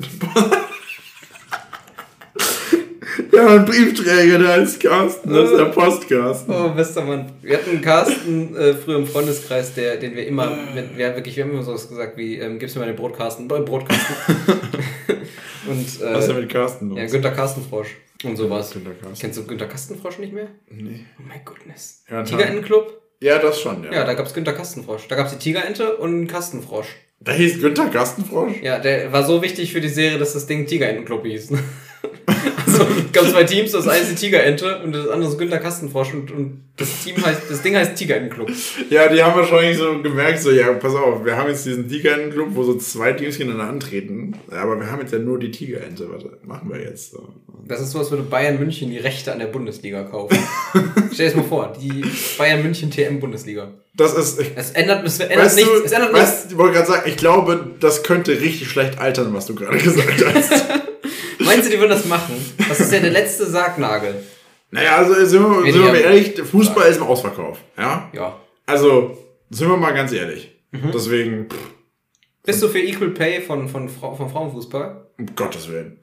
Ja, ein Briefträger, der heißt Carsten. Das ist der Postkasten. Oh, bester Mann. Wir hatten einen Carsten äh, früher im Freundeskreis, der, den wir immer, mit, wir, wirklich, wir haben immer sowas gesagt wie, ähm, gib's mir mal den Brotkasten, äh, Brotkasten. Und, äh, Was ist denn mit Carsten los? ja, Günter Kastenfrosch und sowas. Günter Carsten. Kennst du Günter Kastenfrosch nicht mehr? Nee. Oh my goodness. Ja, Tigerentenclub? Ja, das schon, ja. Ja, da gab's Günter Kastenfrosch. Da gab's die Tigerente und einen Kastenfrosch. Da hieß Günther Kastenfrosch? Ja, der war so wichtig für die Serie, dass das Ding Tigerentenclub hieß. Also, es gab zwei Teams, das eine ist die Tigerente und das andere ist Günter Kastenfrosch und, und das Team heißt, das Ding heißt Tigerentenclub. Ja, die haben wahrscheinlich so gemerkt, so, ja, pass auf, wir haben jetzt diesen Tigerenten-Club, wo so zwei Teams gegeneinander antreten, aber wir haben jetzt ja nur die Tigerente, was machen wir jetzt? So. Das ist so, als würde Bayern München die Rechte an der Bundesliga kaufen. Stell dir das mal vor, die Bayern München T M Bundesliga. Das ist, ich, Es ändert, es ändert weißt nichts. du, Es ändert weißt, nichts. ich wollte gerade sagen, ich glaube, das könnte richtig schlecht altern, was du gerade gesagt hast. Meinst du, die würden das machen? Das ist ja der letzte Sargnagel. Naja, also sind wir, sind wir mal ehrlich, Fußball ist im Ausverkauf, ja? Ja. Also, sind wir mal ganz ehrlich. Mhm. Deswegen, pff, Bist du für Equal Pay von, von, Frau, von Frauenfußball? um Gottes Willen.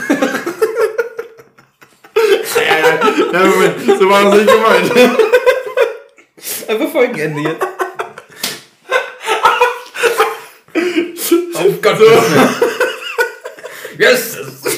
ja, ja, ja, nein, Moment, so war das nicht gemeint. Einfach Folgenende jetzt. Auf Gottes Willen. Yes!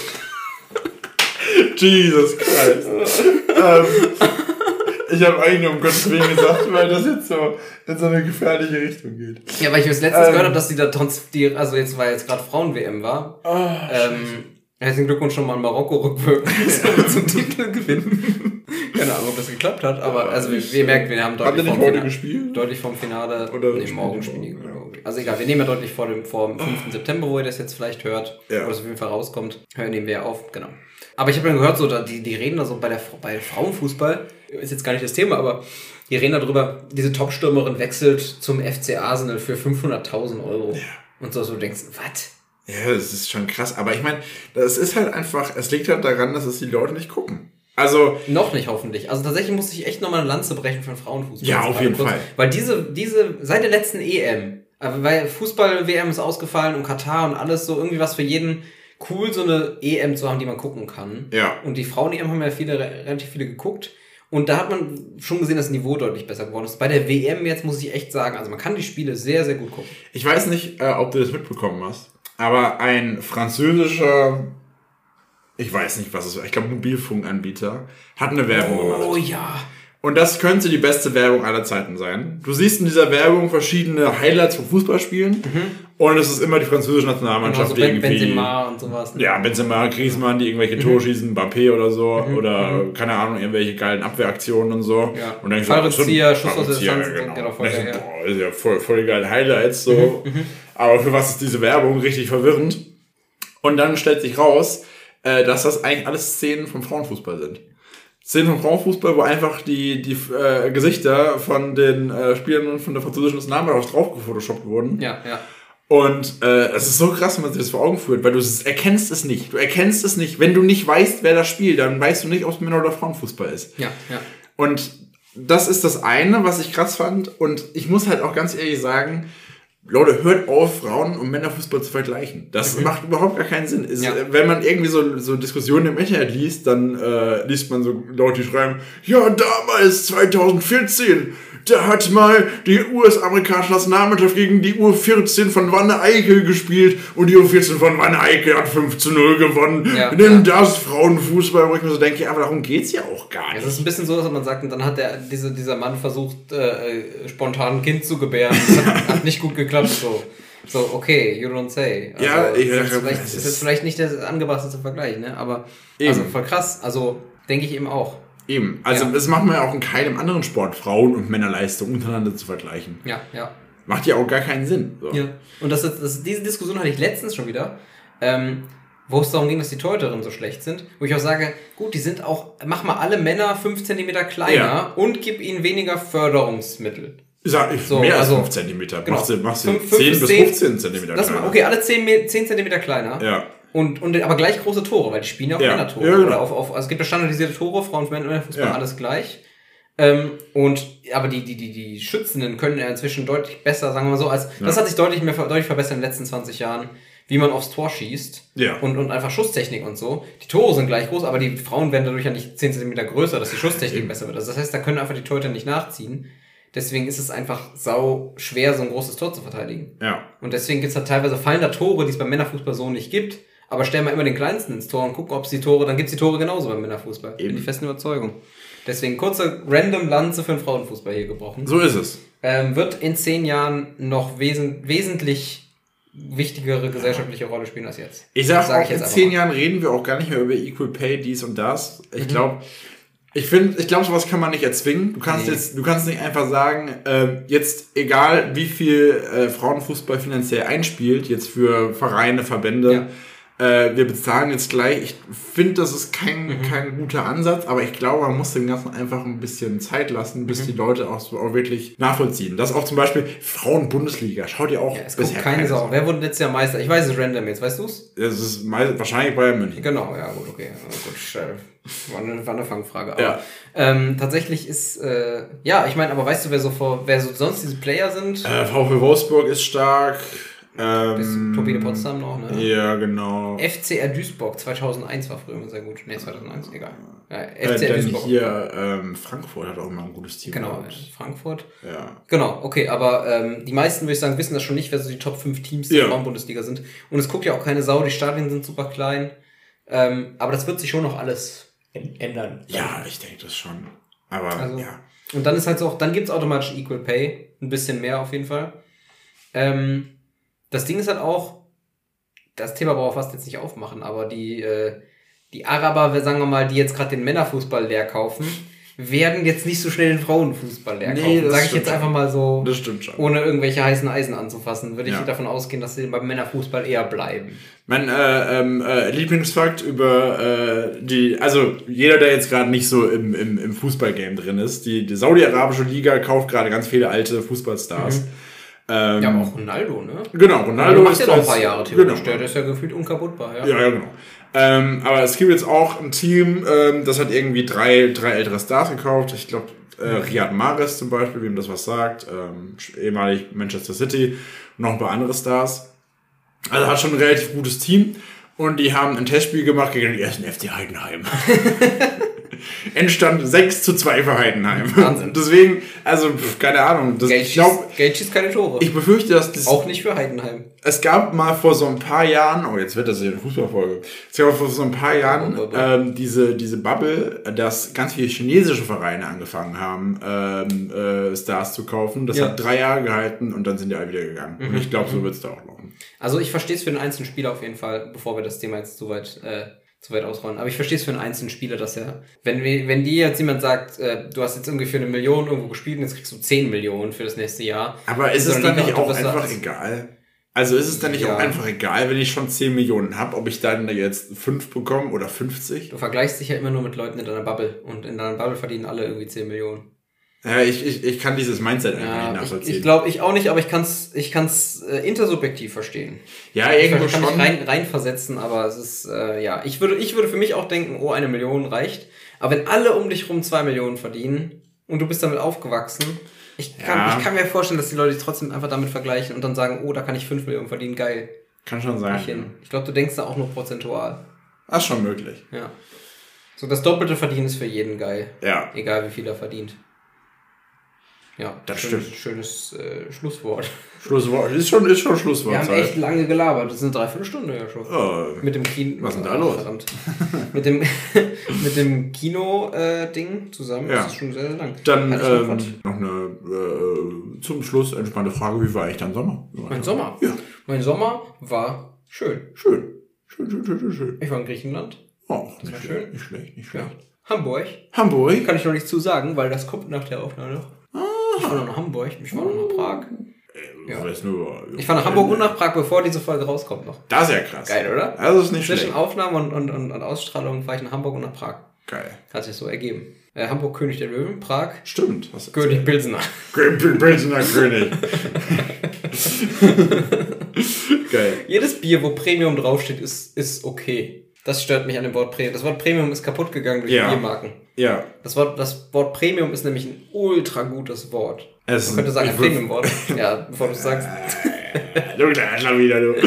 Jesus Christ. ähm, ich habe eigentlich nur um Gottes Willen gesagt, weil das jetzt so in so eine gefährliche Richtung geht. Ja, weil ich das letztens Ähm. gehört habe, dass die da trans die, also jetzt, weil jetzt gerade Frauen-W M war. Oh, ähm, herzlichen Glückwunsch schon mal an Marokko rückwirkend zum Titel gewinnen. Keine keine Ahnung, ob das geklappt hat, aber Ja, also ich, wir, wir merken, wir haben Hat deutlich er nicht vom heute Finale, gespielt? deutlich vom Finale, Oder nee, spielen morgen die spielen die, morgen? glaube ich. Also egal, wir nehmen ja deutlich vor dem, vor dem fünften September, wo ihr das jetzt vielleicht hört, Ja. oder es auf jeden Fall rauskommt, hören nehmen wir ja auf, genau. Aber ich habe dann gehört, so, da, die, die reden da so bei der bei Frauenfußball, ist jetzt gar nicht das Thema, aber die reden darüber, diese Topstürmerin wechselt zum F C Arsenal für fünfhunderttausend Euro. Ja. Und so, so du denkst, was? Ja, das ist schon krass. Aber ich meine, das ist halt einfach, es liegt halt daran, dass es die Leute nicht gucken. Also. Noch nicht, hoffentlich. Also tatsächlich muss ich echt nochmal eine Lanze brechen für den Frauenfußball. Ja, auf jeden kurz, Fall. Weil diese, diese, seit der letzten E M, weil Fußball-W M ist ausgefallen und Katar und alles so, irgendwie was für jeden cool, so eine E M zu haben, die man gucken kann. Ja. Und die Frauen-E M haben ja viele, relativ viele geguckt. Und da hat man schon gesehen, dass das Niveau deutlich besser geworden ist. Bei der W M jetzt muss ich echt sagen, also man kann die Spiele sehr, sehr gut gucken. Ich weiß nicht, äh, ob du das mitbekommen hast, aber ein französischer, ich weiß nicht, was es ist, ich glaube Mobilfunkanbieter, hat eine Werbung oh, gemacht. Oh ja. Und das könnte die beste Werbung aller Zeiten sein. Du siehst in dieser Werbung verschiedene Highlights von Fußballspielen mhm. und es ist immer die französische Nationalmannschaft, genau, so die irgendwie... Benzema und sowas. Ne? Ja, Benzema, Griezmann, die irgendwelche mhm. Tore schießen, Mbappé oder so mhm. oder, mhm. keine Ahnung, irgendwelche geilen Abwehraktionen und so. Ja. Und dann Fallrückzieher, Schuss aus der Distanz. Distanz. Genau. Genau, voll geil, geil, ja. Boah, ist ja voll, voll geile Highlights, so. Mhm. Aber für was ist diese Werbung? Richtig verwirrend. Und dann stellt sich raus, äh, dass das eigentlich alles Szenen vom Frauenfußball sind. Szenen vom Frauenfußball, wo einfach die, die äh, Gesichter von den äh, Spielern von der französischen Nationalmannschaft drauf gefotoshoppt wurden. Ja, ja. Und äh, es ist so krass, wenn man sich das vor Augen führt, weil du es erkennst es nicht. Du erkennst es nicht. Wenn du nicht weißt, wer das spielt, dann weißt du nicht, ob es Männer- oder Frauenfußball ist. Ja, ja. Und das ist das eine, was ich krass fand. Und ich muss halt auch ganz ehrlich sagen, Leute, hört auf, Frauen- und Männerfußball zu vergleichen. Das mhm. macht überhaupt gar keinen Sinn. Ist, ja. Wenn man irgendwie so, so Diskussionen im Internet liest, dann äh, liest man so Leute, die schreiben, ja, damals, zwanzig vierzehn, da hat mal die U S-amerikanische Nationalmannschaft gegen die U vierzehn von Wanne Eickel gespielt und die U vierzehn von Wanne Eickel hat fünf zu null gewonnen. Ja, Nimm ja. das Frauenfußball, wo ich mir so denke, ja, aber darum geht's ja auch gar nicht. Es ist ein bisschen so, dass man sagt, und dann hat der, diese, dieser Mann versucht, äh, spontan ein Kind zu gebären. Das hat, hat nicht gut geklappt. So, so okay, you don't say. Also, ja, ich ist, jetzt vielleicht, ist jetzt vielleicht nicht der angebrachteste Vergleich, ne? Aber eben. Also voll krass. Also denke ich eben auch. Eben. Also ja. das macht man ja auch in keinem anderen Sport, Frauen- und Männerleistung untereinander zu vergleichen. Ja, ja. Macht ja auch gar keinen Sinn. So. Ja. Und das, das, diese Diskussion hatte ich letztens schon wieder, ähm, wo es darum ging, dass die Torhüterinnen so schlecht sind, wo ich auch sage, gut, die sind auch, mach mal alle Männer fünf Zentimeter kleiner ja. und gib ihnen weniger Förderungsmittel. Sag ich, so, mehr als also, fünf Zentimeter. Genau. Machst du, machst du zehn bis fünfzehn Zentimeter kleiner. Okay, alle zehn Zentimeter kleiner. Ja. Und, und aber gleich große Tore, weil die spielen ja auch ja. Männertore. Ja, genau. Oder auf, auf, also es gibt ja standardisierte Tore, Frauen- und Männerfußball, ja. alles gleich. Ähm, und aber die, die, die, die Schützenden können ja inzwischen deutlich besser, sagen wir mal so, als ja. das hat sich deutlich mehr deutlich verbessert in den letzten zwanzig Jahren, wie man aufs Tor schießt. Ja. Und, und einfach Schusstechnik und so. Die Tore sind gleich groß, aber die Frauen werden dadurch ja nicht zehn Zentimeter größer, dass die Schusstechnik ja. besser wird. Also das heißt, da können einfach die Torhüter nicht nachziehen. Deswegen ist es einfach sau schwer, so ein großes Tor zu verteidigen. Ja. Und deswegen gibt es halt teilweise fallender Tore, die es beim Männerfußball so nicht gibt. Aber stellen wir immer den Kleinsten ins Tor und gucken, ob es die Tore, dann gibt es die Tore genauso beim Männerfußball. Eben. Bin ich festen Überzeugung. Deswegen kurze random Lanze für den Frauenfußball hier gebrochen. So ist es. Ähm, wird in zehn Jahren noch wesen- wesentlich wichtigere gesellschaftliche Rolle spielen als jetzt. Ich sag, sag auch, ich in zehn Jahren reden wir auch gar nicht mehr über Equal Pay, dies und das. Ich mhm. glaube, ich finde, ich glaube, sowas kann man nicht erzwingen. Du kannst nee. jetzt, du kannst nicht einfach sagen, äh, jetzt egal wie viel äh, Frauenfußball finanziell einspielt, jetzt für Vereine, Verbände, ja. Äh, wir bezahlen jetzt gleich. Ich finde, das ist kein, mhm. kein guter Ansatz, aber ich glaube, man muss dem Ganzen einfach ein bisschen Zeit lassen, bis mhm. die Leute auch, so, auch wirklich nachvollziehen. Das auch zum Beispiel Frauen-Bundesliga. Schaut ihr auch ja, es bisher keine Sau. Wer wurde letztes Jahr Meister? Ich weiß es random jetzt, weißt du's? Es ist meist, wahrscheinlich Bayern München. Genau, ja gut, okay. Gut, war eine, war eine Fangfrage. Aber ja. ähm, tatsächlich ist, äh, ja, ich meine, aber weißt du, wer so vor, wer so sonst diese Player sind? Äh, VfL Wolfsburg ist stark. Ähm, Turbine Potsdam noch, ne? Ja, genau. F C R Duisburg zweitauseneins war früher immer sehr gut. Ne, zweitauseneins, egal. Ja, F C R äh, Duisburg. Hier, ähm, Frankfurt hat auch immer ein gutes Team. Genau, gehabt. Frankfurt. Ja. Genau, okay, aber ähm, die meisten, würde ich sagen, wissen das schon nicht, wer so die Top fünf Teams der ja. Frauenbundesliga sind. Und es guckt ja auch keine Sau, die Stadien sind super klein. Ähm, aber das wird sich schon noch alles ändern. Ja, ich denke das schon. Aber, also, ja. Und dann ist halt so auch, dann gibt's automatisch Equal Pay. Ein bisschen mehr auf jeden Fall. Ähm, Das Ding ist halt auch, das Thema brauchen wir fast jetzt nicht aufmachen, aber die, äh, die Araber, sagen wir mal, die jetzt gerade den Männerfußball leer kaufen, werden jetzt nicht so schnell den Frauenfußball leer kaufen. Nee, das Sag ich stimmt jetzt schon. einfach mal so, Das stimmt schon. ohne irgendwelche heißen Eisen anzufassen, würde ich Ja. davon ausgehen, dass sie beim Männerfußball eher bleiben. Mein äh, ähm, äh, Lieblingsfakt über äh, die, also jeder, der jetzt gerade nicht so im, im, im Fußballgame drin ist, die, die Saudi-Arabische Liga kauft gerade ganz viele alte Fußballstars. Mhm. Ähm, Ja, aber auch Ronaldo, ne? Genau, Ronaldo Ronaldo macht ja noch ein als- paar Jahre theoretisch. Genau. Der, der ist ja gefühlt unkaputtbar, ja. Ja, ja, genau. Ähm, aber es gibt jetzt auch ein Team, ähm, das hat irgendwie drei, drei ältere Stars gekauft. Ich glaube, äh, Riyad Mahrez zum Beispiel, wem das was sagt. Ähm, ehemalig Manchester City. Und noch ein paar andere Stars. Also hat schon ein relativ gutes Team. Und die haben ein Testspiel gemacht gegen den ersten F C Heidenheim. Endstand sechs zu zwei für Heidenheim. Wahnsinn. Deswegen, also, pf, keine Ahnung. Das, Geld ich glaube, schießt, Geld schießt keine Tore. ich befürchte, dass das auch nicht für Heidenheim. es gab mal vor so ein paar Jahren, oh jetzt wird das hier eine Fußballfolge, es gab vor so ein paar Jahren ähm, diese, diese Bubble, dass ganz viele chinesische Vereine angefangen haben, ähm, äh, Stars zu kaufen. Das Ja. hat drei Jahre gehalten und dann sind die alle wieder gegangen. Und ich glaube, so wird es da auch laufen. Also ich verstehe es für den einzelnen Spieler auf jeden Fall, bevor wir das Thema jetzt zu weit, äh, zu weit ausrollen. Aber ich verstehe es für einen einzelnen Spieler, dass er, wenn wir, wenn dir jetzt jemand sagt, äh, du hast jetzt irgendwie für eine Million irgendwo gespielt und jetzt kriegst du zehn Millionen für das nächste Jahr. Aber ist in so es einer dann Liga nicht und du auch bist da einfach als- egal? Also ist es dann nicht Ja. auch einfach egal, wenn ich schon zehn Millionen habe, ob ich dann jetzt fünf bekomme oder fünfzig? Du vergleichst dich ja immer nur mit Leuten in deiner Bubble und in deiner Bubble verdienen alle irgendwie zehn Millionen. Ja, ich, ich, ich kann dieses Mindset einfach nicht Ja, ich nachvollziehen. ich glaube ich auch nicht, aber ich kann es ich kann's, äh, intersubjektiv verstehen. ja, Ich irgendwo kann schon. mich rein, reinversetzen, aber es ist, äh, ja, ich würde, ich würde für mich auch denken, oh, eine Million reicht. Aber wenn alle um dich rum zwei Millionen verdienen und du bist damit aufgewachsen, ich kann, Ja. ich kann mir vorstellen, dass die Leute sich trotzdem einfach damit vergleichen und dann sagen, oh, da kann ich fünf Millionen verdienen, geil. Kann schon sein. Ich, hin. ich glaube, du denkst da auch nur prozentual. Das ist schon möglich. Ja. So, das doppelte Verdienen ist für jeden geil. Ja. Egal, wie viel er verdient. Ja, Das schönes, stimmt. schönes äh, Schlusswort. Schlusswort. Ist schon, ist schon Schlusswort. Wir haben echt lange gelabert. Das ist eine Dreiviertelstunde ja schon. Oh. Mit dem Kino. Was ist denn da los? Verdammt. mit dem, mit dem Kino-Ding zusammen. Ja. Das ist schon sehr, sehr lang. Dann Hatte ich noch ähm, was? noch eine äh, zum Schluss entspannte Frage. Wie war eigentlich dein Sommer? Mein Sommer? Ja. Mein Sommer war schön. Schön. Schön, schön, schön, schön, schön. Ich war in Griechenland. Oh, nicht war schlecht, schön. nicht schlecht, nicht Ja. schlecht. Hamburg. Hamburg. Kann ich noch nicht zu sagen, weil das kommt nach der Aufnahme noch. Ich war noch nach Hamburg. Ich war noch nach Prag. Ja. Ja. Weiß nur, Ich fahre nach Hamburg und nach Prag, bevor diese Folge rauskommt noch. Das ist ja krass. Geil, oder? Das ist nicht Zwischen schlecht. Aufnahme und, und, und, und Ausstrahlung fahre ich nach Hamburg und nach Prag. Geil. Hat sich so ergeben. Äh, Hamburg König der Löwen, Prag Stimmt. Was König Pilsener. König. Pilsener König. Geil. Jedes Bier, wo Premium draufsteht, ist, ist okay. Das stört mich an dem Wort Premium. Das Wort Premium ist kaputt gegangen durch Ja. Biermarken. Ja. Das Wort, das Wort Premium ist nämlich ein ultra gutes Wort. Es Man könnte sagen, ein ich würd- Premium-Wort. Ja, bevor du es sagst. Du kleiner schon wieder, du.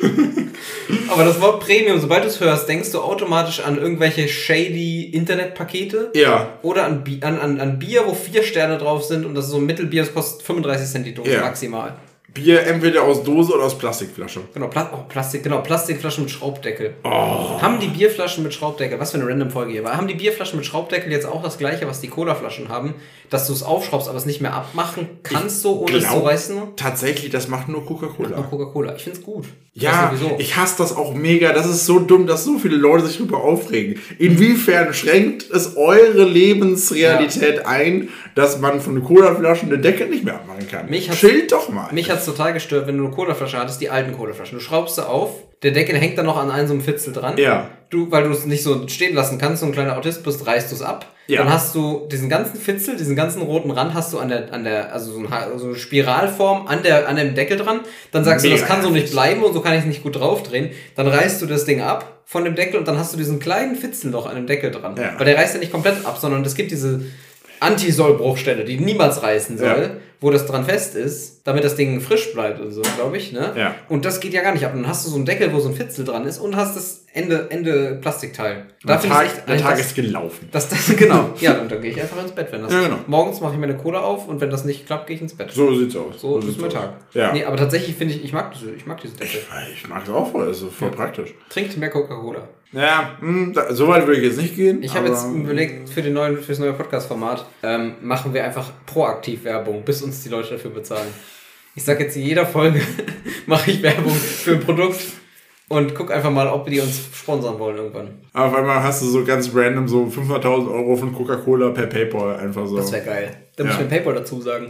Aber das Wort Premium, sobald du es hörst, denkst du automatisch an irgendwelche shady Internetpakete. Ja. Oder an, Bi- an, an, an Bier, wo vier Sterne drauf sind und das ist so ein Mittelbier, das kostet fünfunddreißig Cent die Dose Ja. maximal. Bier entweder aus Dose oder aus Plastikflasche. Genau, Pla oh, Plastik, genau, Plastikflaschen mit Schraubdeckel. Haben die Bierflaschen mit Schraubdeckel, was für eine random Folge hier war, haben die Bierflaschen mit Schraubdeckel jetzt auch das gleiche, was die Colaflaschen haben, dass du es aufschraubst, aber es nicht mehr abmachen kannst, so ohne es zu Glaub reißen? Tatsächlich, das macht nur Coca-Cola. Nur Coca-Cola. Ich find's gut. Ich Ja, weiß nicht, wieso. ich hasse das auch mega. Das ist so dumm, dass so viele Leute sich darüber aufregen. Inwiefern schränkt es eure Lebensrealität Ja. ein, dass man von Cola-Flaschen den Deckel nicht mehr abmachen kann? Mich hat's- Schild doch mal. Mich hat's total gestört, wenn du eine Colaflasche hattest, die alten Colaflaschen. Du schraubst sie auf, der Deckel hängt dann noch an einem so einem Fitzel dran. Ja. Du, weil du es nicht so stehen lassen kannst, so ein kleiner Autist bist, reißt du es ab. Ja. Dann hast du diesen ganzen Fitzel, diesen ganzen roten Rand hast du an der, an der, also so, ein, Ha- so eine Spiralform an der, an dem Deckel dran. Dann sagst Mega du, das kann so nicht nervig. bleiben und so kann ich es nicht gut draufdrehen. Dann reißt du das Ding ab von dem Deckel und dann hast du diesen kleinen Fitzel noch an dem Deckel dran. Ja. Weil der reißt ja nicht komplett ab, sondern es gibt diese Anti-Sollbruchstelle, die niemals reißen soll, Ja. wo das dran fest ist, damit das Ding frisch bleibt und so, glaube ich, ne? Ja. Und das geht ja gar nicht ab. Und dann hast du so einen Deckel, wo so ein Fitzel dran ist und hast das Ende, Ende Plastikteil. der finde ich Tag, echt- der Tag das- ist gelaufen. das, das, genau. Ja, und dann gehe ich einfach ins Bett, wenn das Ja, genau. morgens mache ich mir eine Cola auf und wenn das nicht klappt, gehe ich ins Bett. So sieht's aus. So ist sieht's mein aus. Tag. Ja. Nee, aber tatsächlich finde ich, ich mag diese, ich mag diese Deckel. Ich mag es auch voll, das ist voll praktisch. Trinkt mehr Coca-Cola. Ja, mh, da, so weit würde ich jetzt nicht gehen. Ich habe aber- jetzt überlegt, für den neuen, fürs neue Podcast-Format ähm, machen wir einfach proaktiv Werbung, bis uns die Leute dafür bezahlen. Ich sag jetzt in jeder Folge mache ich Werbung für ein Produkt und guck einfach mal, ob die uns sponsern wollen irgendwann. Aber auf einmal hast du so ganz random so fünfhunderttausend Euro von Coca-Cola per Paypal einfach so. Das wäre geil. Da Ja. muss ich mir Paypal dazu sagen.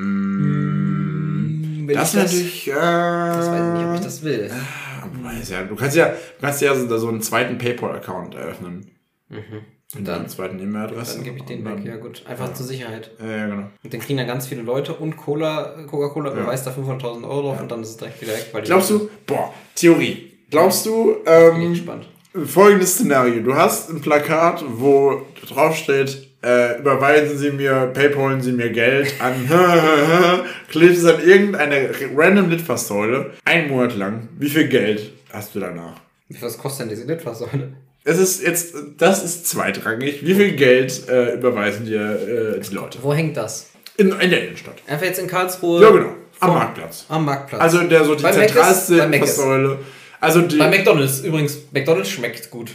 Mm, Will das ich ist natürlich... Äh, Das weiß ich nicht, ob ich das will. weiß ja, du kannst ja, du kannst ja so, so einen zweiten Paypal-Account eröffnen. Mhm. Und dann einen zweiten E-Mail-Adresse. Dann gebe ich den Und weg, dann- ja gut. Einfach zur Sicherheit. Ja, ja, genau. Und den kriegen dann ganz viele Leute und Cola, Coca-Cola überweist da fünfhunderttausend Euro drauf und dann ist es direkt wieder weg. Weil die Glaubst Leute- du, boah, Theorie. Glaubst du, Bin ich ähm, gespannt. folgendes Szenario. Du hast ein Plakat, wo drauf steht, äh, überweisen Sie mir, paypalen Sie mir Geld an, klebst es an irgendeine random Litfaßsäule, einen Monat lang. Wie viel Geld hast du danach? Was kostet denn diese Litfaßsäule? Es ist jetzt, das ist zweitrangig. Wie viel Geld äh, überweisen dir äh, die Leute? Wo hängt das? In, in der Innenstadt. Einfach jetzt in Karlsruhe. Ja, genau. Am Vor- Marktplatz. Am Marktplatz. Also der so die Bei Mac ist- zentralste bei Mac ist. Litfaßsäule. Also die, Bei McDonalds übrigens. McDonalds schmeckt gut.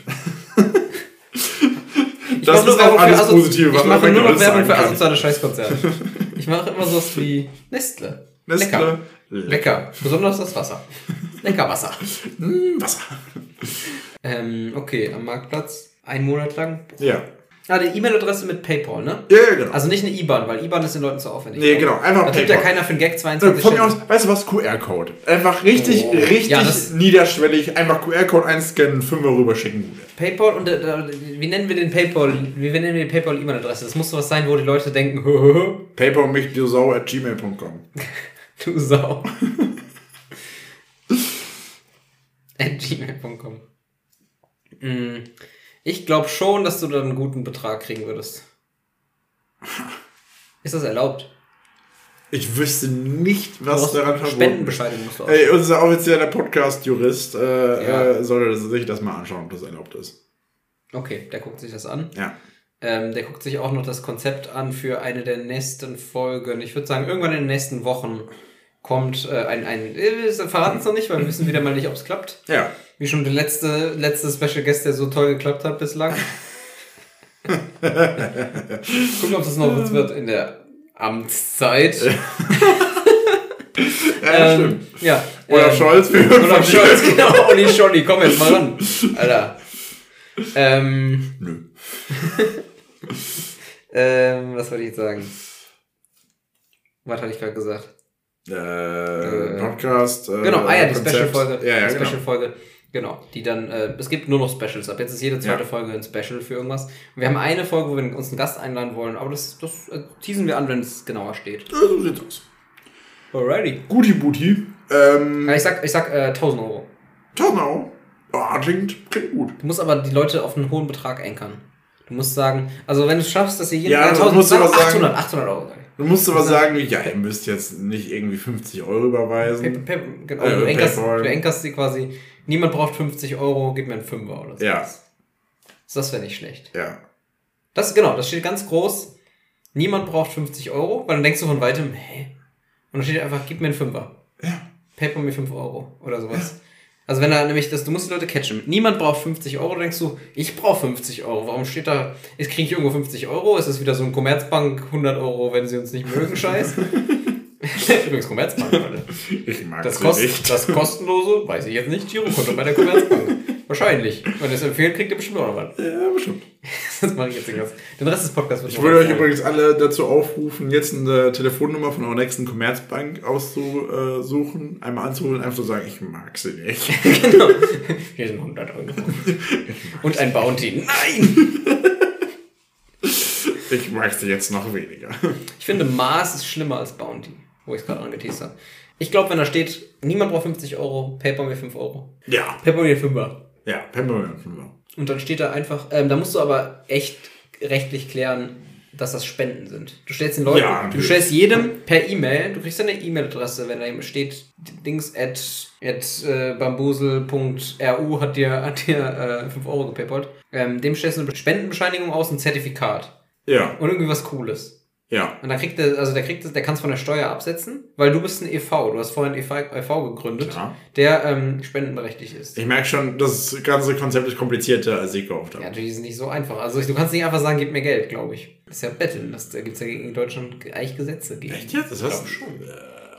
Ich Das mach nur ist auch Werbung für alles Aso- Positive, was Ich man mache nur noch McDonald's Werbung für sagen kann. asoziale Scheißkonzerne. Ich mache immer sowas wie Nestle. Nestle. Lecker. Lecker. Lecker. Besonders das Wasser. Lecker Wasser. Wasser. Ähm, okay, am Marktplatz. Ein Monat lang. Ja. Ah, die E-Mail-Adresse mit PayPal, ne? Ja, ja, genau. Also nicht eine I B A N, weil I B A N ist den Leuten zu aufwendig. Nee, genau, einfach Da tut ja PayPal. keiner für einen Gag Äh, zweiundzwanzig Von mir aus, Cent. weißt du was? Q R-Code. Einfach richtig, Oh. richtig Ja, das- niederschwellig. Einfach Q R-Code einscannen, fünf Euro rüberschicken. PayPal und äh, äh, wie nennen wir den PayPal? Wie nennen wir die PayPal-E-Mail-Adresse? Das muss sowas sein, wo die Leute denken, du Paypal mich du sau at gmail punkt com. Sau. at gmail punkt com. Mm, Ich glaube schon, dass du dann einen guten Betrag kriegen würdest. Ist das erlaubt? Ich wüsste nicht, Du was brauchst daran verboten ist. Spendenbescheinigung musst du auch. Ey, unser offizieller Podcast-Jurist äh, Ja. äh, sollte sich das mal anschauen, ob das erlaubt ist. Okay, der guckt sich das an. Ja. Ähm, der guckt sich auch noch das Konzept an für eine der nächsten Folgen. Ich würde sagen, irgendwann in den nächsten Wochen kommt äh, ein... ein äh, wir verraten es noch nicht, weil wir wissen wieder mal nicht, ob es klappt. Ja. Wie schon der letzte, letzte Special Guest, der so toll geklappt hat bislang. Gucken, ob das noch was wird in der Amtszeit. Ja, ähm, stimmt. ja. Oder ähm, Scholz. Olaf Scholz, genau. Olli Scholli, komm jetzt mal ran. Alter. Ähm, Nö. ähm, was wollte ich jetzt sagen? Was hatte ich gerade gesagt? Äh, Podcast. Äh, Genau, ah ja, die Konzept. Special-Folge. Ja, ja, die genau. Special-Folge. Genau, die dann, äh, es gibt nur noch Specials. Ab jetzt ist jede zweite Ja. Folge ein Special für irgendwas. Und wir haben eine Folge, wo wir uns einen Gast einladen wollen, aber das, das äh, teasen wir an, wenn es genauer steht. Ja, so sieht's aus. Alrighty. Guti Buti. Ähm, Ja, ich sag, ich sag äh, tausend Euro. tausend Euro. Oh, klingt, klingt gut. Du musst aber die Leute auf einen hohen Betrag ankern. Du musst sagen, also wenn du es schaffst, dass sie jeden Ja, äh, du musst aber sagen- achthundert, achthundert Euro sagen. Du musst aber Ja. sagen, ja, ihr müsst jetzt nicht irgendwie fünfzig Euro überweisen. Pay, pay, genau, Äh, du, ankerst, PayPal. du ankerst sie quasi, niemand braucht fünfzig Euro, gib mir einen Fünfer oder so. Ja. Das wäre nicht schlecht. Ja. Das, genau, das steht ganz groß. Niemand braucht fünfzig Euro, weil dann denkst du von weitem, hä? Und dann steht einfach, gib mir einen Fünfer. Ja. PayPal mir fünf Euro oder sowas. Also wenn da nämlich das, du musst die Leute catchen. Niemand braucht fünfzig Euro, dann denkst du, ich brauche fünfzig Euro. Warum steht da, jetzt kriege ich irgendwo fünfzig Euro? Ist das wieder so ein Commerzbank hundert Euro, wenn sie uns nicht mögen, Scheiß? Übrigens Commerzbank, Leute. Ich mag Das, sie kost, nicht. das kostenlose, weiß ich jetzt nicht, Girokonto bei der Commerzbank. Wahrscheinlich. Wenn ihr es empfehlt, kriegt ihr bestimmt auch noch was. Ja, bestimmt. Das mache ich jetzt den ganzen. Den Rest des Podcasts wird Ich noch würde euch folgen. übrigens alle dazu aufrufen, jetzt eine Telefonnummer von eurer nächsten Commerzbank auszusuchen, einmal anzurufen und einfach zu sagen, ich mag sie nicht. Genau. Hier sind hundert Euro. Und ein Bounty. Nein! Ich mag sie jetzt noch weniger. Ich finde, Mars ist schlimmer als Bounty, wo ich es gerade angeteased habe. Ich glaube, wenn da steht, niemand braucht fünfzig Euro, PayPal mir fünf Euro. Ja. PayPal mir fünfer. Ja, Pemberton. Und dann steht da einfach, ähm, da musst du aber echt rechtlich klären, dass das Spenden sind. Du stellst den Leuten, Ja, du natürlich. stellst jedem per E-Mail, du kriegst eine E-Mail-Adresse, wenn da eben steht, dings at, at äh, bambusel punkt r u hat dir, hat dir äh, fünf Euro gepaypalt. Ähm, dem stellst du eine Spendenbescheinigung aus, ein Zertifikat. Ja, Und irgendwie was Cooles. ja. Und dann kriegt der, also der kriegt das, der kann es von der Steuer absetzen, weil du bist ein E V, du hast vorhin ein E V gegründet, Klar. der ähm, spendenberechtigt ist. Ich merke schon, das ganze Konzept ist komplizierter, als ich gehofft habe. Ja, natürlich ist es nicht so einfach. Also du kannst nicht einfach sagen, gib mir Geld, glaube ich. Das ist ja Betteln. Das, da gibt es ja in Deutschland eigentlich Gesetze gegen. Echt jetzt? Das Ich hast glaube schon.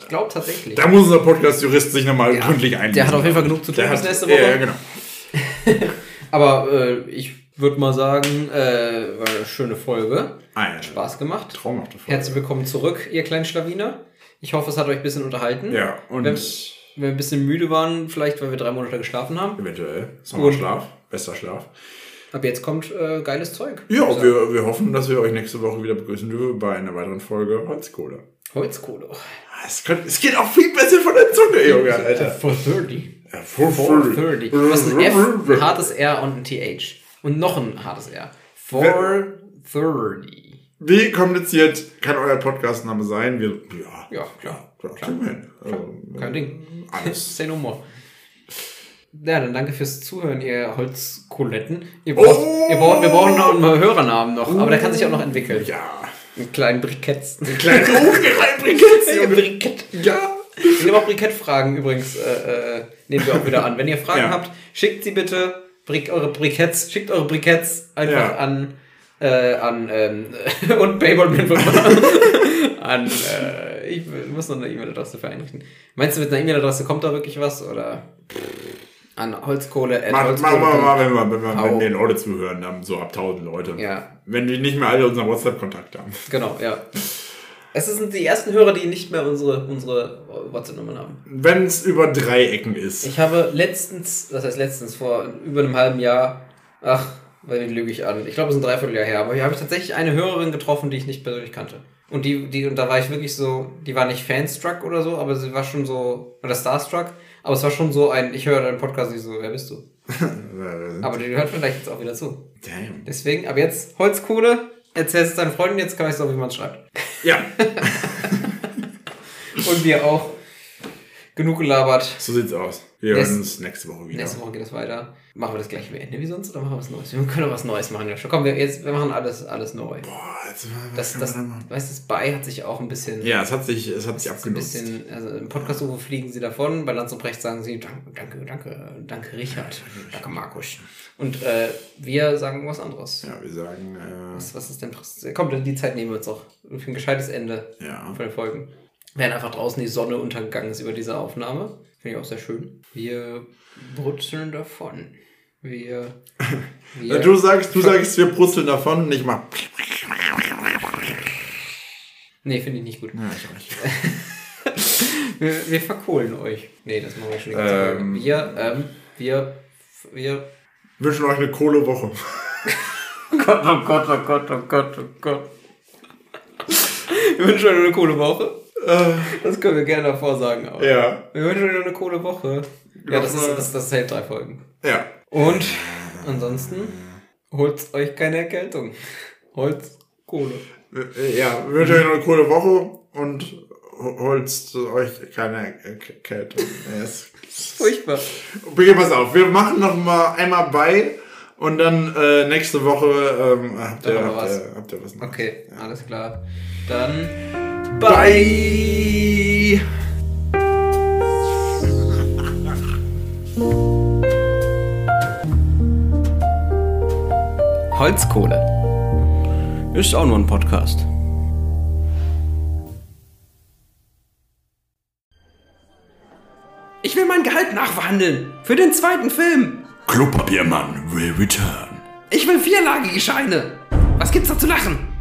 Ich glaube tatsächlich. Da muss unser Podcast-Jurist sich nochmal Ja, gründlich einlesen. der hat auf jeden Fall genug zu tun Der bis hat- nächste Woche. Ja, ja, genau. Aber äh, ich würde mal sagen, äh, war eine schöne Folge. Eine Spaß gemacht. traumhafte Folge. Herzlich willkommen zurück, ihr kleinen Schlawiner. Ich hoffe, es hat euch ein bisschen unterhalten. Ja, und Wenn, wenn wir ein bisschen müde waren, vielleicht weil wir drei Monate geschlafen haben. eventuell Sommerschlaf, bester Schlaf. Ab jetzt kommt äh, geiles Zeug. Ja, Also, wir, wir hoffen, dass wir euch nächste Woche wieder begrüßen dürfen bei einer weiteren Folge Holzkohle. Holzkohle. Es, könnte, es geht auch viel besser von der Zunge, Junge, Alter. four thirty. Ja, for four thirty. Du hast ein F, ein hartes R und ein T H. Und noch ein hartes R. four thirty. Wie kompliziert kann euer Podcast-Name sein? Wir, ja, Ja, klar. klar, kriegen wir hin. Also, Kein Ding. Alles. Say no more. Ja, dann danke fürs Zuhören, ihr Holzkoletten. Ihr braucht, Oh! ihr braucht, wir brauchen noch einen Hörernamen noch, aber der kann sich auch noch entwickeln. Ja. Einen kleinen Briketts. Kleine Briketts, Junge. Brikett. Ja. Wir nehmen auch Brikettfragen übrigens, äh, äh, nehmen wir auch wieder an. Wenn ihr Fragen Ja. habt, schickt sie bitte, Brik eure Briketts, schickt eure Briketts einfach Ja. an, äh, an, ähm, und Payball an, äh, ich muss noch eine E-Mail-Adresse für einrichten. Meinst du, mit einer E-Mail-Adresse kommt da wirklich was, oder an Holzkohle, at Mach, Holzkohle. machen wir mal, wenn wir, wenn, wir, Au. wenn wir Leute zuhören, dann so ab tausend Leute. Ja, Wenn die nicht mehr alle unseren WhatsApp-Kontakt haben. genau, ja. Es sind die ersten Hörer, die nicht mehr unsere, unsere WhatsApp-Nummern haben. Wenn es über drei Ecken ist. Ich habe letztens, das heißt letztens, vor über einem halben Jahr, ach, weil lüge ich an, ich glaube, es ist ein Dreivierteljahr her, aber hier habe ich tatsächlich eine Hörerin getroffen, die ich nicht persönlich kannte. Und die, die, und da war ich wirklich so, die war nicht Fanstruck oder so, aber sie war schon so, oder Starstruck, aber es war schon so ein, ich höre deinen Podcast, ich so, wer bist du? Aber die hört vielleicht jetzt auch wieder zu. Damn. Deswegen, ab jetzt, Holzkohle, erzählst es deinen Freunden, jetzt kann ich so, wie man es schreibt. Ja, Und wir auch. Genug gelabert. so sieht's aus. Wir Nächst- hören uns nächste Woche wieder. Nächste Woche geht es weiter. Machen wir das gleiche wie Ende wie sonst oder machen wir was Neues? Wir können doch was Neues machen. Ja. Komm, wir, jetzt, wir machen alles, alles neu. Boah, jetzt, Das, das, weißt du, das Bei hat sich auch ein bisschen... ja, es hat sich, es hat sich ein abgenutzt. bisschen, also im Podcast-Ufer fliegen sie davon, bei Lanz und Brecht sagen sie, danke, danke, danke, danke Richard, danke Markus. Und äh, wir sagen was anderes. Ja, wir sagen, äh, Was, was ist denn... Komm, die Zeit nehmen wir uns auch. Für ein gescheites Ende ja. von den Folgen. Während einfach draußen die Sonne untergegangen ist über diese Aufnahme. Finde ich auch sehr schön. Wir brutzeln davon. Wir... wir Du sagst, du sagst, wir brutzeln davon und ich mach. nee, finde ich nicht gut. Ja, ich auch nicht. Wir, wir verkohlen euch. Nee, das machen wir schon die ganze Ähm. Folge. Wir, ähm, wir, wir... Wünschen euch eine Kohlewoche. Gott, oh Gott, oh Gott, oh Gott, oh Gott. Wir wünschen euch eine coole Woche. Das können wir gerne davor sagen auch. Ja. Wir wünschen euch eine coole Woche. Ja, das ist, das, das hält drei Folgen. Ja. Und ansonsten holt euch keine Erkältung. Holz, Kohle. Ja, wir wünschen euch eine coole Woche und holst euch keine Kälte. Yes. Furchtbar. Okay, pass auf, wir machen noch mal einmal bei und dann äh, nächste Woche ähm, habt, ihr, Dann noch habt, was. ihr, habt ihr was Neues. Okay, alles klar. Dann bye. Holzkohle. Ist auch nur ein Podcast. Ich will mein Gehalt nachverhandeln. Für den zweiten Film. Klopapiermann will return. Ich will vierlagige Scheine. Was gibt's da zu lachen?